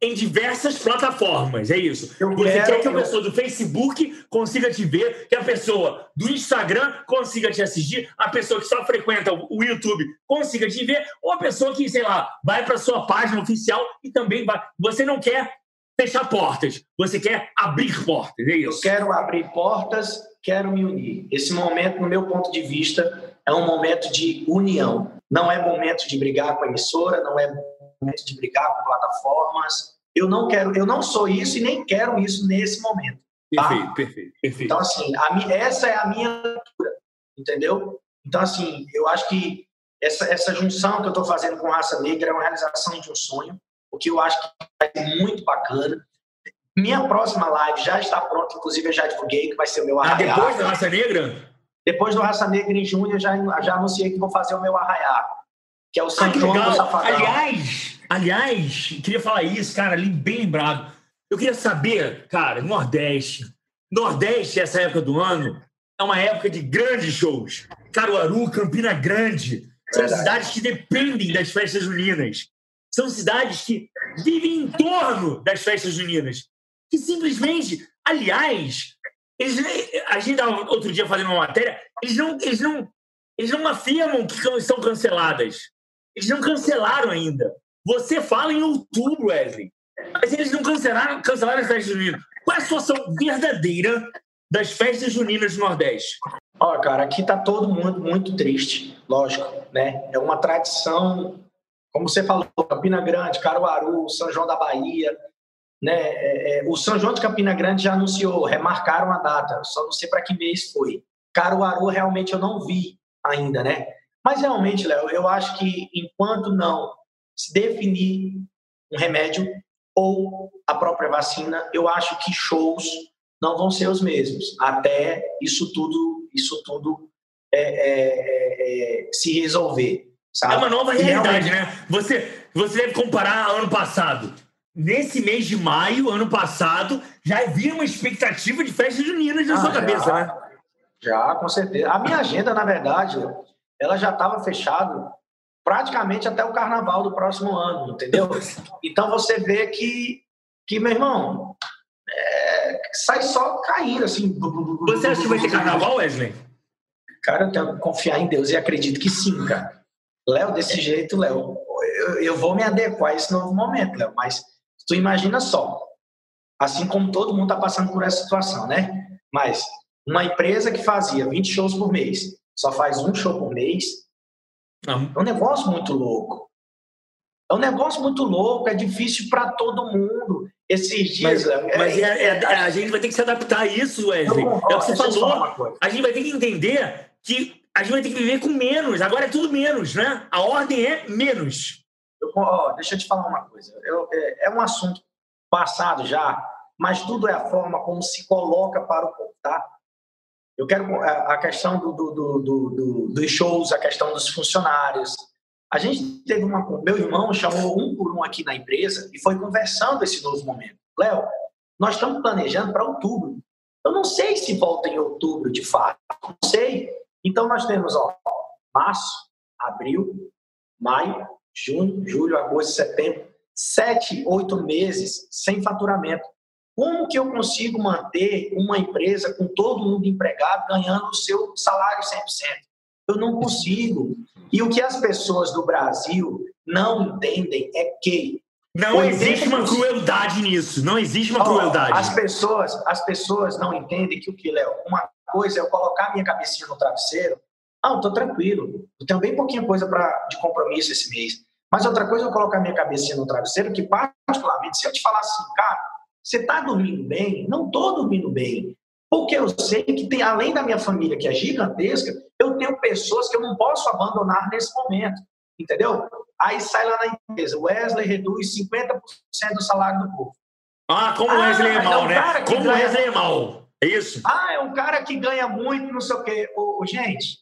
Speaker 2: em diversas plataformas, é isso.
Speaker 3: Eu
Speaker 2: Você
Speaker 3: quero,
Speaker 2: quer que a
Speaker 3: eu...
Speaker 2: pessoa do Facebook consiga te ver, que a pessoa do Instagram consiga te assistir, a pessoa que só frequenta o YouTube consiga te ver, ou a pessoa que, sei lá, vai para sua página oficial e também vai. Você não quer fechar portas, você quer abrir portas, é isso.
Speaker 3: Eu quero abrir portas, quero me unir. Esse momento, no meu ponto de vista, é um momento de união. Não é momento de brigar com a emissora, não é momento de brigar com plataformas. Eu não quero, eu não sou isso e nem quero isso nesse momento. Tá?
Speaker 2: Perfeito, perfeito, perfeito.
Speaker 3: Então, assim, a minha, essa é a minha leitura, entendeu? Então, assim, eu acho que essa, essa junção que eu estou fazendo com Raça Negra é uma realização de um sonho, o que eu acho que vai ser muito bacana. Minha próxima live já está pronta, inclusive eu já divulguei que vai ser o meu arraiá.
Speaker 2: Ah, depois da Raça Negra?
Speaker 3: Depois do Raça Negra, em junho, eu já, já anunciei que vou fazer o meu arraiá, que é o São
Speaker 2: ah,
Speaker 3: João do Safadão.
Speaker 2: Aliás, aliás, queria falar isso, cara, ali bem lembrado. Eu queria saber, cara, Nordeste. Nordeste, essa época do ano, é uma época de grandes shows. Caruaru, Campina Grande. São
Speaker 3: Verdade.
Speaker 2: cidades que dependem das festas juninas. São cidades que vivem em torno das festas juninas. Que simplesmente, aliás, eles, a gente estava outro dia fazendo uma matéria, eles não, eles, não, eles não afirmam que são canceladas. Eles não cancelaram ainda. Você fala em outubro, Wesley, mas eles não cancelaram, cancelaram as festas juninas. Qual é a situação verdadeira das festas juninas do Nordeste?
Speaker 3: Ó, cara, aqui tá todo mundo muito triste, lógico, né? É uma tradição, como você falou, Campina Grande, Caruaru, São João da Bahia, né? É, é, o São João de Campina Grande já anunciou, remarcaram a data, só não sei para que mês foi. Caruaru realmente eu não vi ainda, né? Mas realmente, Léo, eu acho que enquanto não se definir um remédio ou a própria vacina, eu acho que shows não vão ser os mesmos, até isso tudo, isso tudo é, é, é, se resolver. Sabe?
Speaker 2: É uma nova realidade, né? Você, você deve comparar ano passado. Nesse mês de maio, ano passado, já havia uma expectativa de festas juninas na ah, sua cabeça,
Speaker 3: já,
Speaker 2: né?
Speaker 3: Já, com certeza. A minha agenda, na verdade, ela já estava fechada praticamente até o carnaval do próximo ano, entendeu? Então você vê que, que meu irmão, é, sai só caindo, assim.
Speaker 2: Você acha que vai ter carnaval, Wesley?
Speaker 3: Cara, eu tenho que confiar em Deus e acredito que sim, cara. Léo, desse jeito, Léo, eu, eu vou me adequar a esse novo momento, Léo, mas tu imagina só, assim como todo mundo está passando por essa situação, né? Mas uma empresa que fazia vinte shows por mês, só faz um show por mês,
Speaker 2: Não.
Speaker 3: é um negócio muito louco. É um negócio muito louco, é difícil para todo mundo. Esses dias...
Speaker 2: Mas, é, mas é, é, é, a gente vai ter que se adaptar a isso, Wesley.
Speaker 3: Não, ó,
Speaker 2: é o que você falou.
Speaker 3: A
Speaker 2: gente vai ter que entender que a gente vai ter que viver com menos. Agora é tudo menos, né? A ordem é menos.
Speaker 3: Eu, ó, deixa eu te falar uma coisa. Eu, é, é um assunto passado já, mas tudo é a forma como se coloca para o povo, tá? Eu quero a, a questão do, do, do, do, dos shows, a questão dos funcionários. A gente teve uma... Meu irmão chamou um por um aqui na empresa e foi conversando esse novo momento. Léo, nós estamos planejando para outubro. Eu não sei se volta em outubro, de fato. Não sei. Então, nós temos, ó, março, abril, maio, junho, julho, agosto, setembro, sete, oito meses sem faturamento. Como que eu consigo manter uma empresa com todo mundo empregado ganhando o seu salário cem por cento? Eu não consigo. E o que as pessoas do Brasil não entendem é que...
Speaker 2: Não existe uma crueldade nisso. Não existe uma crueldade.
Speaker 3: As pessoas, as pessoas não entendem que o que, Léo? Uma coisa é eu colocar minha cabecinha no travesseiro. Ah, eu tô tranquilo. Eu tenho bem pouquinha coisa pra, de compromisso esse mês. Mas outra coisa é eu colocar minha cabecinha no travesseiro, que particularmente, se eu te falar assim, cara, você tá dormindo bem? Não tô dormindo bem. Porque eu sei que tem, além da minha família, que é gigantesca, eu tenho pessoas que eu não posso abandonar nesse momento. Entendeu? Aí sai lá na empresa, Wesley reduz cinquenta por cento do salário do povo.
Speaker 2: Ah, como o ah, Wesley é mal, é um né? Como o
Speaker 3: ganha...
Speaker 2: Wesley é mal. É isso?
Speaker 3: Ah, é um cara que ganha muito, não sei o quê. Ô, gente,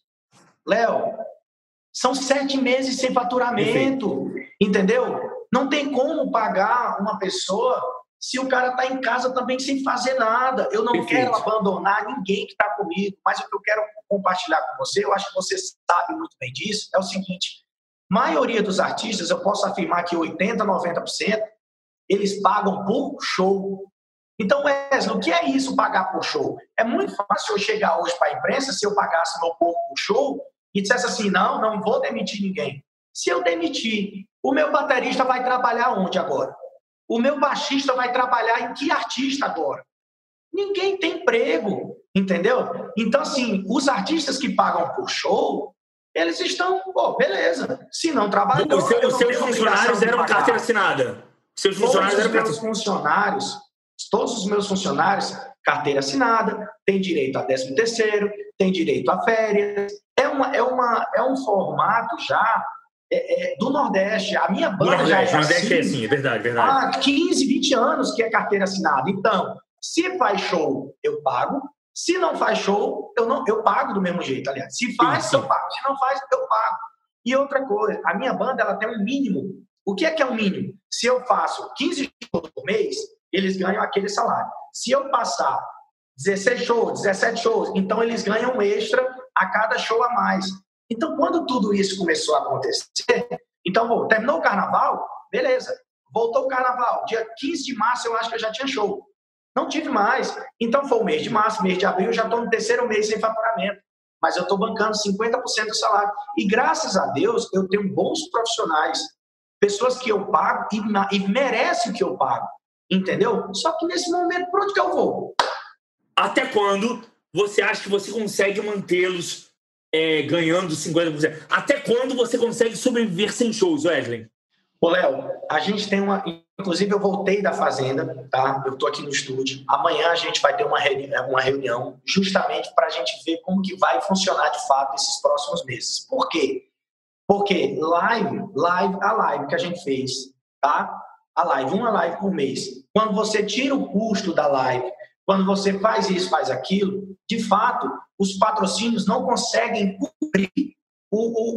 Speaker 3: Léo, são sete meses sem faturamento. Perfeito. Entendeu? Não tem como pagar uma pessoa se o cara está em casa também sem fazer nada. Eu não Perfeito. Quero abandonar ninguém que está comigo, mas o que eu quero compartilhar com você, eu acho que você sabe muito bem disso, é o seguinte: maioria dos artistas, eu posso afirmar que oitenta por cento, noventa por cento, eles pagam por show. Então, Wesley, o que é isso, pagar por show? É muito fácil eu chegar hoje para a imprensa, se eu pagasse meu povo por show, e dissesse assim, não, não vou demitir ninguém. Se eu demitir, o meu baterista vai trabalhar onde agora? O meu baixista vai trabalhar em que artista agora? Ninguém tem emprego, entendeu? Então, assim, os artistas que pagam por show, eles estão, pô, beleza. Se não trabalham...
Speaker 2: Os seus, os seus funcionários eram carteira assinada. Seus funcionários
Speaker 3: todos os
Speaker 2: eram
Speaker 3: meus funcionários, todos os meus funcionários, carteira assinada, tem direito a décimo terceiro, tem direito a férias. É, uma, é, uma, é um formato já é, é, do Nordeste. A minha banda
Speaker 2: Nordeste,
Speaker 3: já é
Speaker 2: Nordeste
Speaker 3: assim,
Speaker 2: é assim, é verdade, verdade.
Speaker 3: há quinze, vinte anos que é carteira assinada. Então, se faz show, eu pago. Se não faz show, eu, não, eu pago do mesmo jeito, aliás. Se faz, sim, sim. eu pago. Se não faz, eu pago. E outra coisa, a minha banda ela tem um mínimo. O que é que é um mínimo? Se eu faço quinze shows por mês, eles ganham aquele salário. Se eu passar dezesseis shows, dezessete shows, então eles ganham um extra a cada show a mais. Então, quando tudo isso começou a acontecer, então, bom, terminou o carnaval, beleza. Voltou o carnaval. Dia quinze de março, eu acho que eu já tinha show. Não tive mais. Então, foi o mês de março, mês de abril, eu já estou no terceiro mês sem faturamento. Mas eu estou bancando cinquenta por cento do salário. E, graças a Deus, eu tenho bons profissionais. Pessoas que eu pago e, e merecem o que eu pago. Entendeu? Só que, nesse momento, por onde que eu vou?
Speaker 2: Até quando você acha que você consegue mantê-los é, ganhando cinquenta por cento? Até quando você consegue sobreviver sem shows, Wesley?
Speaker 3: Ô, Léo, a gente tem uma... Inclusive, eu voltei da Fazenda, tá? Eu estou aqui no estúdio. Amanhã a gente vai ter uma, reuni... uma reunião justamente para a gente ver como que vai funcionar de fato esses próximos meses. Por quê? Porque live, live, a live que a gente fez, tá? A live, uma live por mês. Quando você tira o custo da live, quando você faz isso, faz aquilo, de fato, os patrocínios não conseguem cumprir o,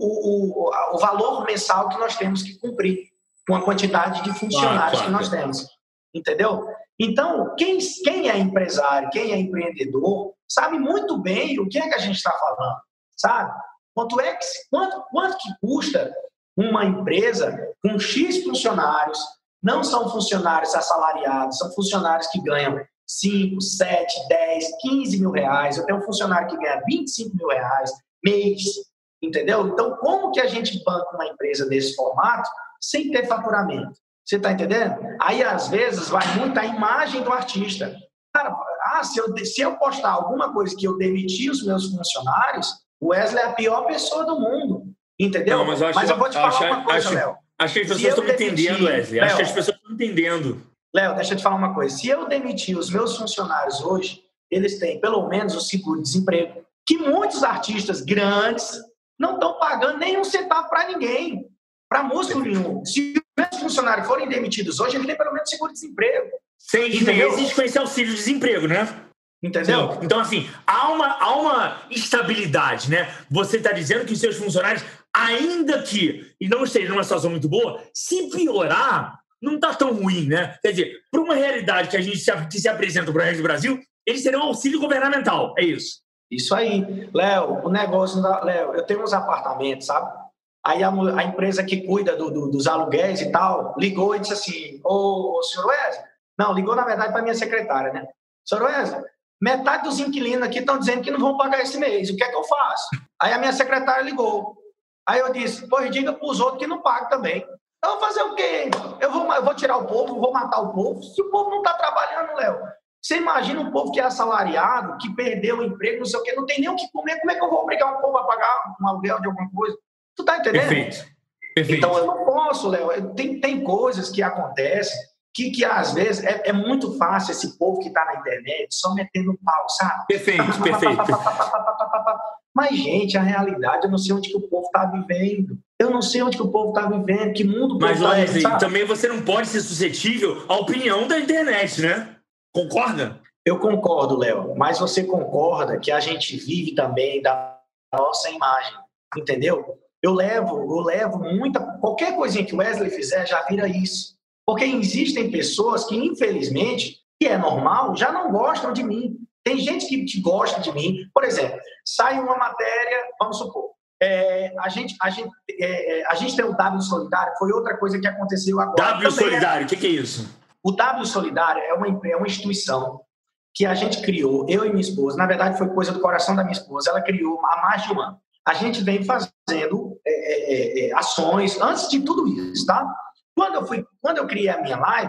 Speaker 3: o, o, o valor mensal que nós temos que cumprir com a quantidade de funcionários ah, claro. que nós temos. Entendeu? Então, quem, quem é empresário, quem é empreendedor, sabe muito bem o que é que a gente está falando, sabe? Quanto, é que, quanto, quanto que custa uma empresa com X funcionários, não são funcionários assalariados, são funcionários que ganham cinco, sete, dez, quinze mil reais. Eu tenho um funcionário que ganha vinte e cinco mil reais mês, entendeu? Então, como que a gente banca uma empresa desse formato sem ter faturamento? Você está entendendo? Aí, às vezes, vai muito a imagem do artista. Cara, ah, se eu, se eu postar alguma coisa que eu demiti os meus funcionários, o Wesley é a pior pessoa do mundo, entendeu?
Speaker 2: Não, mas, eu acho,
Speaker 3: mas eu vou te falar
Speaker 2: acho,
Speaker 3: uma coisa,
Speaker 2: acho,
Speaker 3: Léo.
Speaker 2: Acho que as pessoas estão entendendo, Wesley. Acho que as pessoas estão entendendo.
Speaker 3: Léo, deixa eu te falar uma coisa. Se eu demitir os meus funcionários hoje, eles têm pelo menos o seguro-desemprego, que muitos artistas grandes não estão pagando nem um centavo para ninguém, para músico nenhum. Se os meus funcionários forem demitidos hoje, eles têm pelo menos seguro-desemprego.
Speaker 2: Seis meses com esse auxílio-desemprego, né?
Speaker 3: Entendeu?
Speaker 2: Sim. Então, assim, há uma, há uma estabilidade, né? Você está dizendo que os seus funcionários, ainda que e não estejam numa situação muito boa, se piorar, não está tão ruim, né? Quer dizer, para uma realidade que a gente se, que se apresenta para o resto do Brasil, eles terão auxílio governamental, é isso?
Speaker 3: Isso aí. Léo, o negócio... Léo, eu tenho uns apartamentos, sabe? Aí a, a empresa que cuida do, do, dos aluguéis e tal, ligou e disse assim, ô, ô senhor Wesley... Não, ligou, na verdade, para minha secretária, né? Senhor Wesley, metade dos inquilinos aqui estão dizendo que não vão pagar esse mês. O que é que eu faço? Aí a minha secretária ligou. Aí eu disse, pois diga para os outros que não pagam também. Eu vou fazer o quê? Eu vou, eu vou tirar o povo, vou matar o povo. Se o povo não está trabalhando, Léo, você imagina um povo que é assalariado, que perdeu o emprego, não sei o quê, não tem nem o que comer. Como é que eu vou obrigar o povo a pagar um aluguel de alguma coisa? Tu está entendendo?
Speaker 2: Perfeito. Perfeito.
Speaker 3: Então eu não posso, Léo. Tem, tem coisas que acontecem que, que às vezes, é, é muito fácil esse povo que está na internet só metendo um pau, sabe?
Speaker 2: Perfeito, perfeito.
Speaker 3: Mas, gente, a realidade, eu não sei onde que o povo está vivendo. Eu não sei onde que o povo está vivendo, que mundo...
Speaker 2: Mas, Wesley, tá, também você não pode ser suscetível à opinião da internet, né? Concorda?
Speaker 3: Eu concordo, Léo. Mas você concorda que a gente vive também da nossa imagem, entendeu? Eu levo, eu levo muita... Qualquer coisinha que o Wesley fizer já vira isso. Porque existem pessoas que, infelizmente, que é normal, já não gostam de mim. Tem gente que, que gosta de mim. Por exemplo, sai uma matéria, vamos supor, é, a, gente, a, gente, é, a gente tem o W Solidário, foi outra coisa que aconteceu agora.
Speaker 2: W Solidário, o que, que é isso?
Speaker 3: O W Solidário é uma, é uma instituição que a gente criou, eu e minha esposa, na verdade foi coisa do coração da minha esposa, ela criou há mais de um ano. A gente vem fazendo é, é, é, ações antes de tudo isso, tá? Quando eu, fui, quando eu criei a minha live,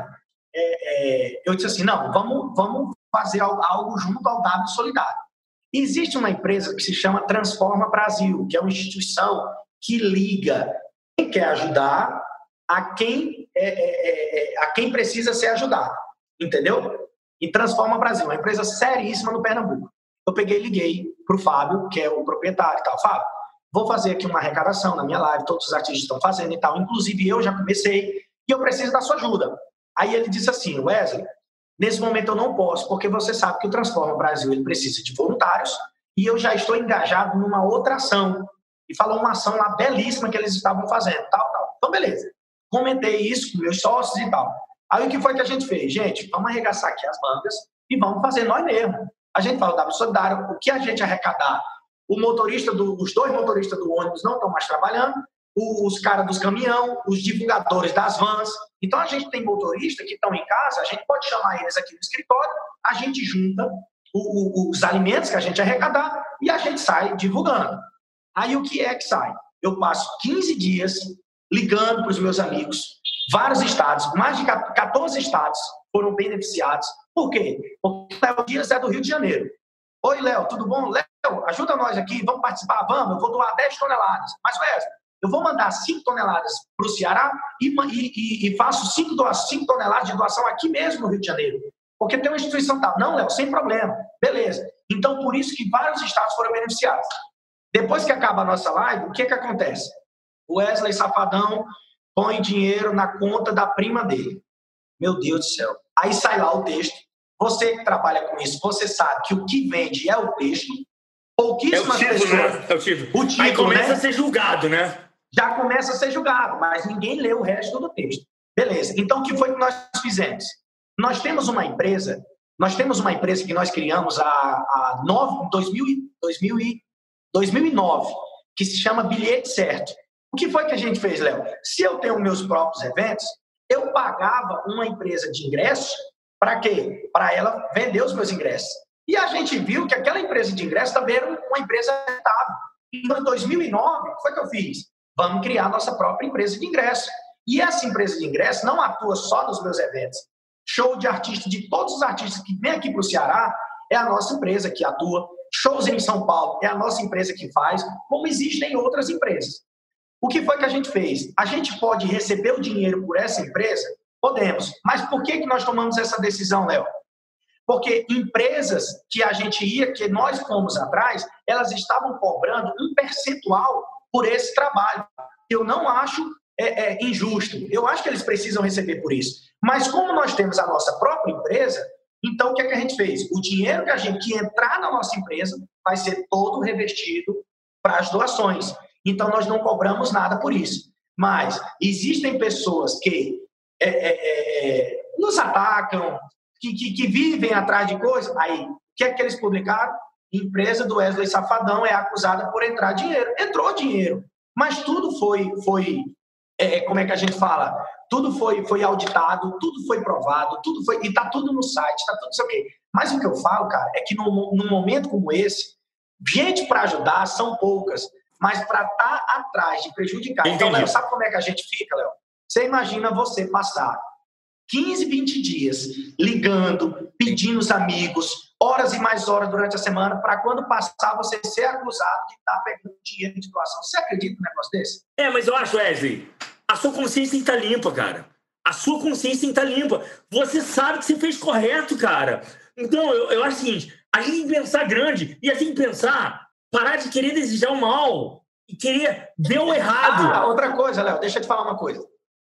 Speaker 3: é, é, eu disse assim, não, vamos, vamos fazer algo, algo junto ao W Solidário. Existe uma empresa que se chama Transforma Brasil, que é uma instituição que liga quem quer ajudar a quem, é, é, é, a quem precisa ser ajudado, entendeu? E Transforma Brasil, uma empresa seríssima no Pernambuco. Eu peguei e liguei para o Fábio, que é o proprietário e tal. Fábio, vou fazer aqui uma arrecadação na minha live, todos os artistas estão fazendo e tal, inclusive eu já comecei, e eu preciso da sua ajuda. Aí ele disse assim, Wesley, nesse momento eu não posso, porque você sabe que o Transforma Brasil ele precisa de voluntários, e eu já estou engajado numa outra ação. E falou uma ação lá belíssima que eles estavam fazendo, tal, tal. Então, beleza. Comentei isso com meus sócios e tal. Aí o que foi que a gente fez? Gente, vamos arregaçar aqui as mangas e vamos fazer nós mesmos. A gente fala, W Solidário, o que a gente arrecadar, o motorista, do, os dois motoristas do ônibus não estão mais trabalhando, os caras dos caminhão, os divulgadores das vans. Então, a gente tem motorista que estão em casa, a gente pode chamar eles aqui no escritório, a gente junta o, o, os alimentos que a gente arrecadar e a gente sai divulgando. Aí, o que é que sai? Eu passo quinze dias ligando para os meus amigos, vários estados, mais de quatorze estados foram beneficiados. Por quê? Porque o Léo Dias é do Rio de Janeiro. Oi, Léo, tudo bom? Léo, ajuda nós aqui, vamos participar, vamos, eu vou doar dez toneladas. Mas, Wesley, eu vou mandar cinco toneladas para o Ceará e, e, e faço cinco toneladas de doação aqui mesmo no Rio de Janeiro. Porque tem uma instituição tal. Não, Léo, sem problema. Beleza. Então, por isso que vários estados foram beneficiados. Depois que acaba a nossa live, o que que acontece? O Wesley Safadão põe dinheiro na conta da prima dele. Meu Deus do céu. Aí sai lá o texto. Você que trabalha com isso, você sabe que o que vende é o texto. Pouquíssimas
Speaker 2: é o título,
Speaker 3: pessoas...
Speaker 2: né? É o título.
Speaker 3: O título,
Speaker 2: aí começa
Speaker 3: né?
Speaker 2: a ser julgado, né?
Speaker 3: Já começa a ser julgado, mas ninguém lê o resto do texto. Beleza. Então, o que foi que nós fizemos? Nós temos uma empresa, nós temos uma empresa que nós criamos há, há nove, dois mil, dois mil e, dois mil e nove, que se chama Bilhete Certo. O que foi que a gente fez, Léo? Se eu tenho meus próprios eventos, eu pagava uma empresa de ingressos para quê? Para ela vender os meus ingressos. E a gente viu que aquela empresa de ingressos também era uma empresa rentável. Então, em dois mil e nove, o que foi que eu fiz? Vamos criar nossa própria empresa de ingressos. E essa empresa de ingressos não atua só nos meus eventos. Show de artistas, de todos os artistas que vêm aqui para o Ceará, é a nossa empresa que atua. Shows em São Paulo, é a nossa empresa que faz, como existem outras empresas. O que foi que a gente fez? A gente pode receber o dinheiro por essa empresa? Podemos. Mas por que que nós tomamos essa decisão, Léo? Porque empresas que a gente ia, que nós fomos atrás, elas estavam cobrando um percentual por esse trabalho. Eu não acho é, é, injusto. Eu acho que eles precisam receber por isso. Mas como nós temos a nossa própria empresa, então o que é que a gente fez? O dinheiro que a gente que entrar na nossa empresa vai ser todo revestido para as doações. Então nós não cobramos nada por isso. Mas existem pessoas que é, é, é, nos atacam, que, que, que vivem atrás de coisas. Aí, o que é que eles publicaram? Empresa do Wesley Safadão é acusada por entrar dinheiro. Entrou dinheiro. Mas tudo foi, foi é, como é que a gente fala? Tudo foi, foi auditado, tudo foi provado, tudo foi, e está tudo no site, está tudo sei o quê. Mas o que eu falo, cara, é que num, num momento como esse, gente para ajudar são poucas, mas para estar tá atrás de prejudicar. Entendi. Então, Léo, sabe como é que a gente fica, Léo? Você imagina você passar quinze, vinte dias ligando, pedindo os amigos, horas e mais horas durante a semana, para quando passar você ser acusado de estar pegando dinheiro de doação. Você acredita num negócio desse?
Speaker 2: É, mas eu acho, Wesley, a sua consciência tem que estar limpa, cara. A sua consciência tem que estar limpa. Você sabe que você fez correto, cara. Então, eu, eu acho o seguinte, a gente tem que pensar grande e assim pensar, parar de querer desejar o mal e querer ver o errado.
Speaker 3: Ah, outra coisa, Léo, deixa eu te falar uma coisa.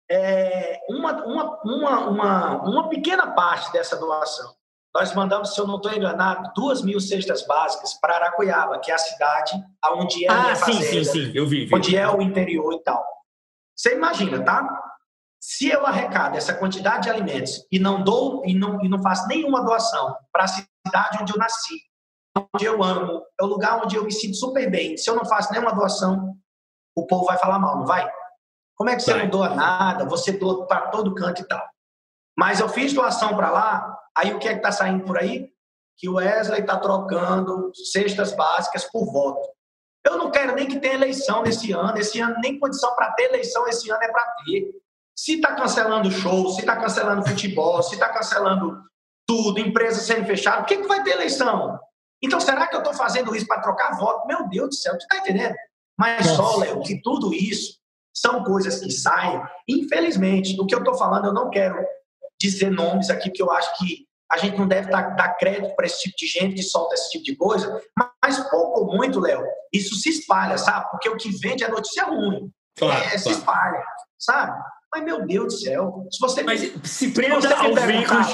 Speaker 3: É, uma, uma, uma, uma, uma pequena parte dessa doação, nós mandamos, se eu não estou enganado, duas mil cestas básicas para Aracuiaba, que é a cidade onde é a minha
Speaker 2: ah, sim,
Speaker 3: fazenda,
Speaker 2: sim, sim, eu vi, vi.
Speaker 3: onde é o interior e tal. Você imagina, tá? Se eu arrecado essa quantidade de alimentos e não dou e não, e não faço nenhuma doação para a cidade onde eu nasci, onde eu amo, é o lugar onde eu me sinto super bem, se eu não faço nenhuma doação, o povo vai falar mal, não vai? Como é que você vai. Não doa nada, você doa para todo canto e tal? Mas eu fiz doação para lá, aí o que é que está saindo por aí? Que o Wesley está trocando cestas básicas por voto. Eu não quero nem que tenha eleição nesse ano. Esse ano, nem condição para ter eleição esse ano é para ter. Se está cancelando show, se está cancelando futebol, se está cancelando tudo, empresa sendo fechada, por que, que vai ter eleição? Então, será que eu estou fazendo isso para trocar voto? Meu Deus do céu, tu está entendendo? Mas só, Léo, que tudo isso são coisas que saem, infelizmente. O que eu estou falando, eu não quero dizer nomes aqui, porque eu acho que a gente não deve dar, dar crédito para esse tipo de gente que solta esse tipo de coisa, mas pouco ou muito, Léo, isso se espalha, sabe? Porque o que vende é notícia ruim.
Speaker 2: Claro,
Speaker 3: é,
Speaker 2: claro.
Speaker 3: Se espalha, sabe? Mas, meu Deus do céu, se você...
Speaker 2: Mas se prenda aos veículos...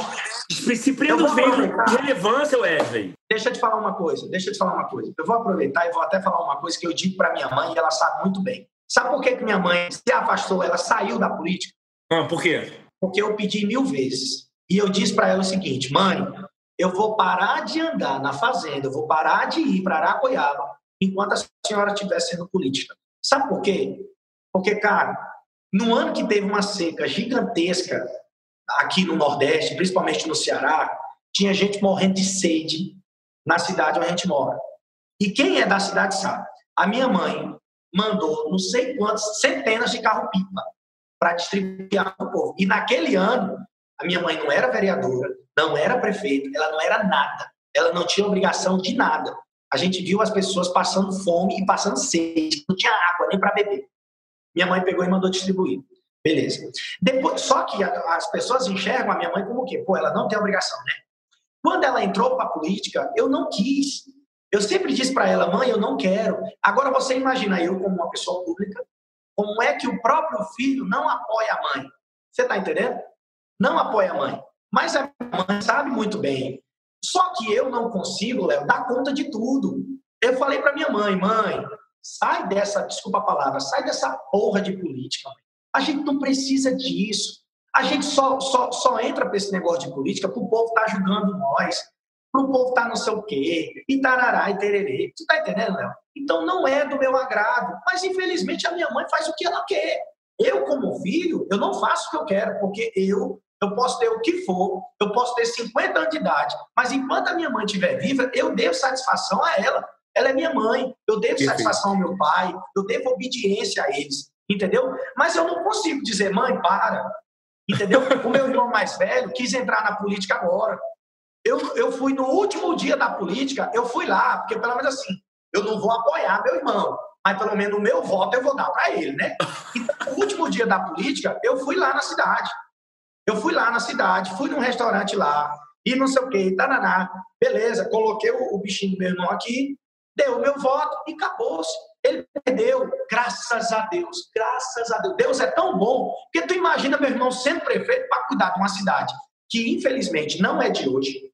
Speaker 2: Se prenda aos veículos de relevância, Wesley.
Speaker 3: Deixa eu te falar uma coisa, deixa eu te falar uma coisa. Eu vou aproveitar e vou até falar uma coisa que eu digo para minha mãe e ela sabe muito bem. Sabe por que que minha mãe se afastou, ela saiu da política?
Speaker 2: Ah, por quê?
Speaker 3: Porque eu pedi mil vezes. E eu disse para ela o seguinte: mãe, eu vou parar de andar na fazenda, eu vou parar de ir para Aracoiaba enquanto a senhora estiver sendo política. Sabe por quê? Porque, cara, no ano que teve uma seca gigantesca aqui no Nordeste, principalmente no Ceará, tinha gente morrendo de sede na cidade onde a gente mora. E quem é da cidade sabe. A minha mãe mandou não sei quantas centenas de carro-pipa para distribuir água para o povo. E naquele ano, a minha mãe não era vereadora, não era prefeita, ela não era nada. Ela não tinha obrigação de nada. A gente viu as pessoas passando fome e passando sede. Não tinha água nem para beber. Minha mãe pegou e mandou distribuir. Beleza. Depois, só que as pessoas enxergam a minha mãe como o quê? Pô, ela não tem obrigação, né? Quando ela entrou para a política, eu não quis. Eu sempre disse para ela: mãe, eu não quero. Agora você imagina eu como uma pessoa pública, como é que o próprio filho não apoia a mãe? Você está entendendo? Não apoia a mãe. Mas a mãe sabe muito bem. Só que eu não consigo, Léo, dar conta de tudo. Eu falei para minha mãe: mãe, sai dessa, desculpa a palavra, sai dessa porra de política. Mãe. A gente não precisa disso. A gente só, só, só entra para esse negócio de política para o povo estar tá julgando nós, para o povo estar tá não sei o quê, e tarará, e tererê. Você está entendendo, Léo? Então não é do meu agrado. Mas, infelizmente, a minha mãe faz o que ela quer. Eu, como filho, eu não faço o que eu quero, porque eu, eu posso ter o que for, eu posso ter cinquenta anos de idade, mas enquanto a minha mãe estiver viva, eu devo satisfação a ela. Ela é minha mãe, eu devo Perfeito. satisfação ao meu pai, eu devo obediência a eles, entendeu? Mas eu não consigo dizer: mãe, para, entendeu? O meu irmão mais velho quis entrar na política agora. Eu, eu fui no último dia da política, eu fui lá, porque pelo menos assim, eu não vou apoiar meu irmão, mas pelo menos o meu voto eu vou dar para ele, né? Então, no último dia da política, eu fui lá na cidade. Eu fui lá na cidade, fui num restaurante lá, e não sei o quê, taraná. Beleza, coloquei o, o bichinho do meu irmão aqui, deu o meu voto e acabou-se. Ele perdeu, graças a Deus, graças a Deus. Deus é tão bom, porque tu imagina meu irmão sendo prefeito para cuidar de uma cidade que, infelizmente, não é de hoje.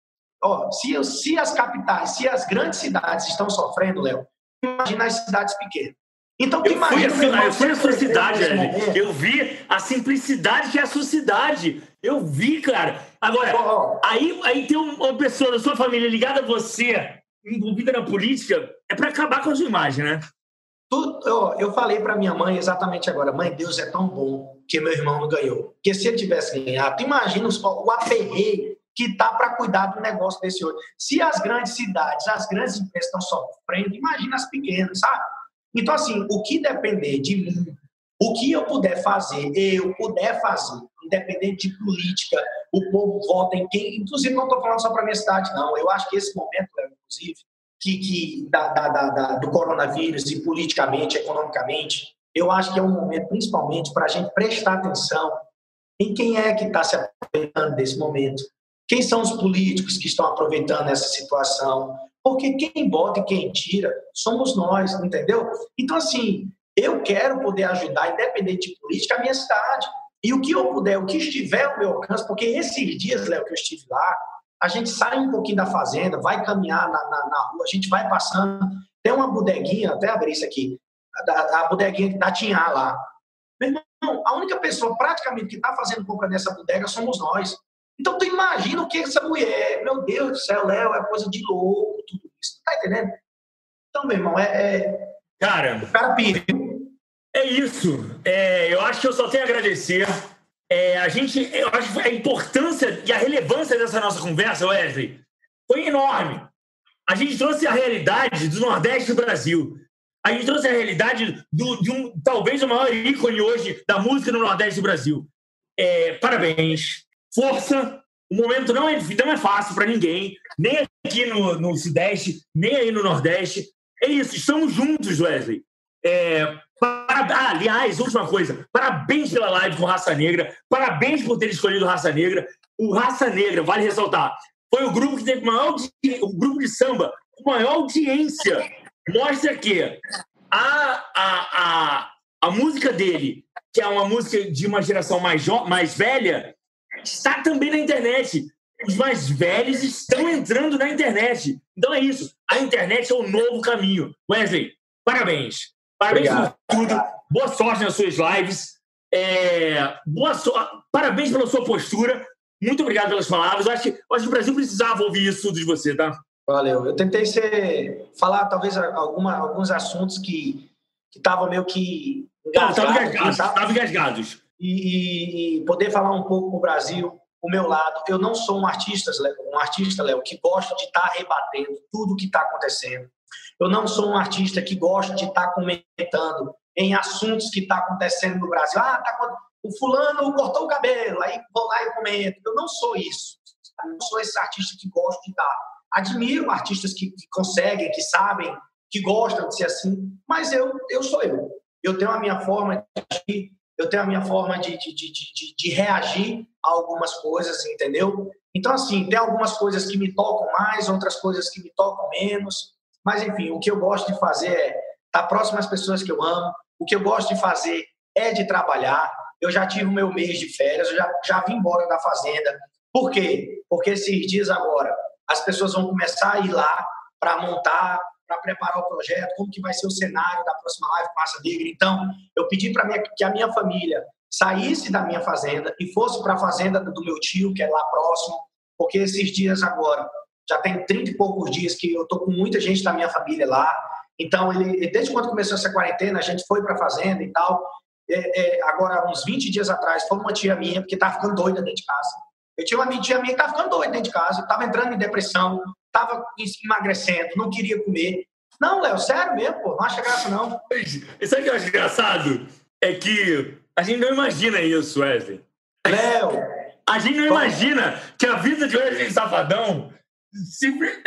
Speaker 3: Ó, se, se as capitais, se as grandes cidades estão sofrendo, Léo, imagina as cidades pequenas. Então, tu
Speaker 2: eu
Speaker 3: imagina...
Speaker 2: Fui a, eu fui a sua cidade,
Speaker 3: momento.
Speaker 2: Eu vi a simplicidade que é a sua cidade. Eu vi, cara. Agora, oh, oh. Aí, aí tem uma pessoa da sua família ligada a você, envolvida na política, é para acabar com a sua imagem, né?
Speaker 3: Tu, eu, eu falei para minha mãe exatamente agora: mãe, Deus é tão bom que meu irmão não ganhou. Porque se ele tivesse ganhado, tu imagina o, o aperreio que tá para cuidar do negócio desse outro. Se as grandes cidades, as grandes empresas estão sofrendo, imagina as pequenas, sabe? Então, assim, o que depender de mim, o que eu puder fazer, eu puder fazer, independente de política, o povo vota em quem... Inclusive, não estou falando só para a minha cidade, não. Eu acho que esse momento, inclusive, que, que da, da, da, do coronavírus e politicamente, economicamente, eu acho que é um momento, principalmente, para a gente prestar atenção em quem é que está se aproveitando desse momento. Quem são os políticos que estão aproveitando essa situação? Porque quem bota e quem tira somos nós, entendeu? Então, assim, eu quero poder ajudar, independente de política, a minha cidade. E o que eu puder, o que estiver ao meu alcance, porque esses dias, Léo, que eu estive lá, a gente sai um pouquinho da fazenda, vai caminhar na, na, na rua, a gente vai passando. Tem uma bodeguinha, até abrir isso aqui, a, a bodeguinha da Tinhá lá. Meu irmão, a única pessoa praticamente que está fazendo compra nessa bodega somos nós. Então, tu imagina o que essa mulher... Meu Deus do céu, Léo, é coisa de louco, tudo isso. Tu tá entendendo? Então, meu irmão, é... é...
Speaker 2: Cara...
Speaker 3: O cara pira.
Speaker 2: É isso. É, eu acho que eu só tenho a agradecer. É, a gente, eu acho que a importância e a relevância dessa nossa conversa, Wesley, foi enorme. A gente trouxe a realidade do Nordeste do Brasil. A gente trouxe a realidade do, de um, talvez o maior ícone hoje da música no Nordeste do Brasil. É, parabéns. Força. O momento não é, não é fácil para ninguém, nem aqui no, no Sudeste, nem aí no Nordeste. É isso, estamos juntos, Wesley. É, para, ah, aliás, última coisa, parabéns pela live com Raça Negra, parabéns por ter escolhido Raça Negra. O Raça Negra, vale ressaltar, foi o grupo que teve maior, o grupo de samba com maior audiência. Mostra que a, a, a, a música dele, que é uma música de uma geração mais, jo- mais velha, está também na internet. Os mais velhos estão entrando na internet. Então é isso. A internet é o novo caminho. Wesley, parabéns. Parabéns Obrigado. por tudo. Boa sorte nas suas lives. É... Boa so... Parabéns pela sua postura. Muito obrigado pelas palavras. Eu acho, que, eu acho que o Brasil precisava ouvir isso tudo de você, tá?
Speaker 3: Valeu. Eu tentei ser... falar talvez alguma, alguns assuntos que estavam meio que
Speaker 2: engasgados. Estavam engasgados. engasgados.
Speaker 3: E, e poder falar um pouco com o Brasil, o meu lado. Eu não sou um artista, um artista, Léo, que gosta de estar rebatendo tudo o que está acontecendo. Eu não sou um artista que gosta de estar comentando em assuntos que estão acontecendo no Brasil. Ah, tá, o fulano cortou o cabelo, aí vou lá e comento. Eu não sou isso. Eu não sou esse artista que gosta de estar. Admiro artistas que, que conseguem, que sabem, que gostam de ser assim, mas eu, eu sou eu. Eu tenho a minha forma de... Eu tenho a minha forma de, de, de, de, de reagir a algumas coisas, entendeu? Então, assim, tem algumas coisas que me tocam mais, outras coisas que me tocam menos. Mas, enfim, o que eu gosto de fazer é estar próximo às pessoas que eu amo. O que eu gosto de fazer é de trabalhar. Eu já tive o meu mês de férias, eu já, já vim embora da fazenda. Por quê? Porque esses dias agora as pessoas vão começar a ir lá para montar... para preparar o projeto, como que vai ser o cenário da próxima live com Raça Negra. Então, eu pedi para que a minha família saísse da minha fazenda e fosse para a fazenda do meu tio, que é lá próximo, porque esses dias agora, já tem trinta e poucos dias que eu estou com muita gente da minha família lá. Então, ele, desde quando começou essa quarentena, a gente foi para a fazenda e tal. É, é, agora, uns vinte dias atrás, foi uma tia minha, porque estava ficando doida dentro de casa. Eu tinha uma tia minha que estava ficando doida dentro de casa, estava entrando em depressão, estava emagrecendo, não queria comer. Não, Léo, sério mesmo, pô, não acha graça, não.
Speaker 2: Sabe o que eu acho engraçado? É que a gente não imagina isso, Wesley.
Speaker 3: Léo!
Speaker 2: A gente não pô. imagina que a vida de Wesley Safadão sempre...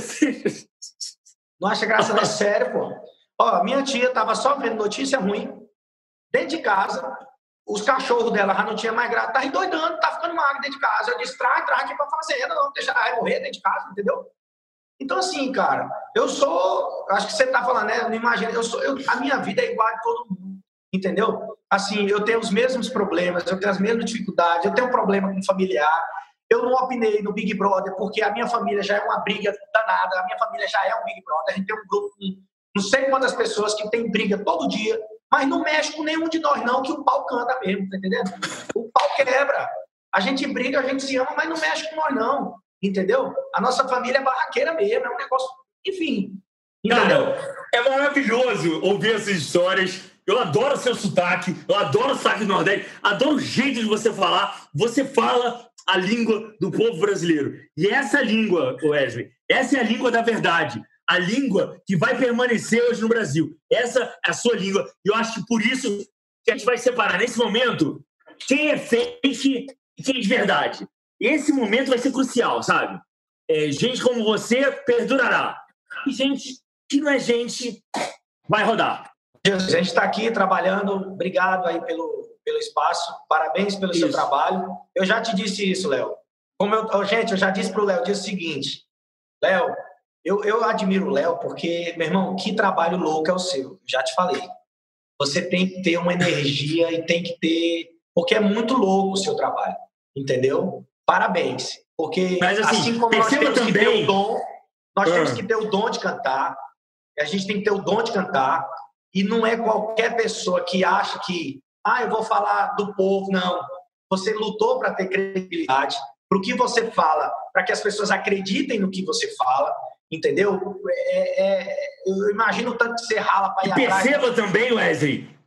Speaker 3: Não acha graça, não, é sério, pô. Ó, minha tia tava só vendo notícia ruim, dentro de casa, os cachorros dela já não tinha mais graça, tá endoidando, tá ficando magro dentro de casa. Eu disse, traz, traz aqui pra fazenda, não deixa ela morrer dentro de casa, entendeu? Então, assim, cara, eu sou... Acho que você tá falando, né? Não imagina. Eu sou, eu, a minha vida é igual a de todo mundo, entendeu? Assim, eu tenho os mesmos problemas, eu tenho as mesmas dificuldades, eu tenho um problema com familiar. Eu não opinei no Big Brother porque a minha família já é uma briga danada, a minha família já é um Big Brother. A gente tem um grupo com não sei quantas pessoas que tem briga todo dia, mas não mexe com nenhum de nós, não, que o pau canta mesmo, tá entendendo? O pau quebra. A gente briga, a gente se ama, mas não mexe com nós, não. Entendeu? A nossa família é barraqueira mesmo, é um negócio... Enfim. Entendeu?
Speaker 2: Cara, é maravilhoso ouvir essas histórias. Eu adoro seu sotaque, eu adoro o sotaque do Nordeste, adoro o jeito de você falar. Você fala a língua do povo brasileiro. E essa língua, Wesley, essa é a língua da verdade. A língua que vai permanecer hoje no Brasil. Essa é a sua língua. E eu acho que por isso que a gente vai separar, nesse momento, quem é fake e quem é de verdade. Esse momento vai ser crucial, sabe? É, gente como você perdurará. E gente que não é gente vai rodar.
Speaker 3: A gente está aqui trabalhando. Obrigado aí pelo, pelo espaço. Parabéns pelo isso. seu trabalho. Eu já te disse isso, Léo. Como eu, gente, eu já disse para o Léo, disse o seguinte. Léo, eu, eu admiro o Léo porque, meu irmão, que trabalho louco é o seu. Já te falei. Você tem que ter uma energia e tem que ter... Porque é muito louco o seu trabalho. Entendeu? Parabéns, porque
Speaker 2: Mas, assim,
Speaker 3: assim como nós temos
Speaker 2: também...
Speaker 3: que ter o dom, nós ah. temos que ter o dom de cantar, a gente tem que ter o dom de cantar, e não é qualquer pessoa que acha que, ah, eu vou falar do povo, não. Você lutou para ter credibilidade, para o que você fala, para que as pessoas acreditem no que você fala, entendeu? É, é, eu imagino o tanto que você rala para ir
Speaker 2: e
Speaker 3: atrás.
Speaker 2: Perceba também, Wesley,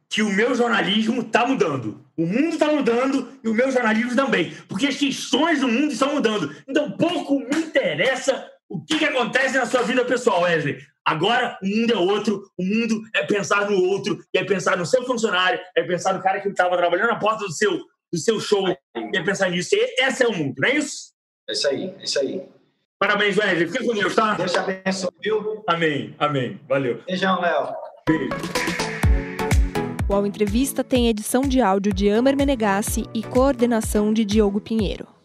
Speaker 2: que o meu jornalismo está mudando. O mundo está mudando e o meu jornalismo também. Porque as questões do mundo estão mudando. Então, pouco me interessa o que, que acontece na sua vida pessoal, Wesley. Agora, o mundo é outro. O mundo é pensar no outro. E é pensar no seu funcionário. É pensar no cara que estava trabalhando na porta do seu, do seu show. E é pensar nisso. E esse é o mundo, não é isso?
Speaker 3: É isso aí, é isso aí.
Speaker 2: Parabéns, Wesley. Fica com Deus, tá?
Speaker 3: Deus te abençoe, viu?
Speaker 2: Amém, amém. Valeu.
Speaker 3: Beijão, Léo.
Speaker 2: Beijo.
Speaker 1: O UOL Entrevista tem edição de áudio de Amer Menegassi e coordenação de Diogo Pinheiro.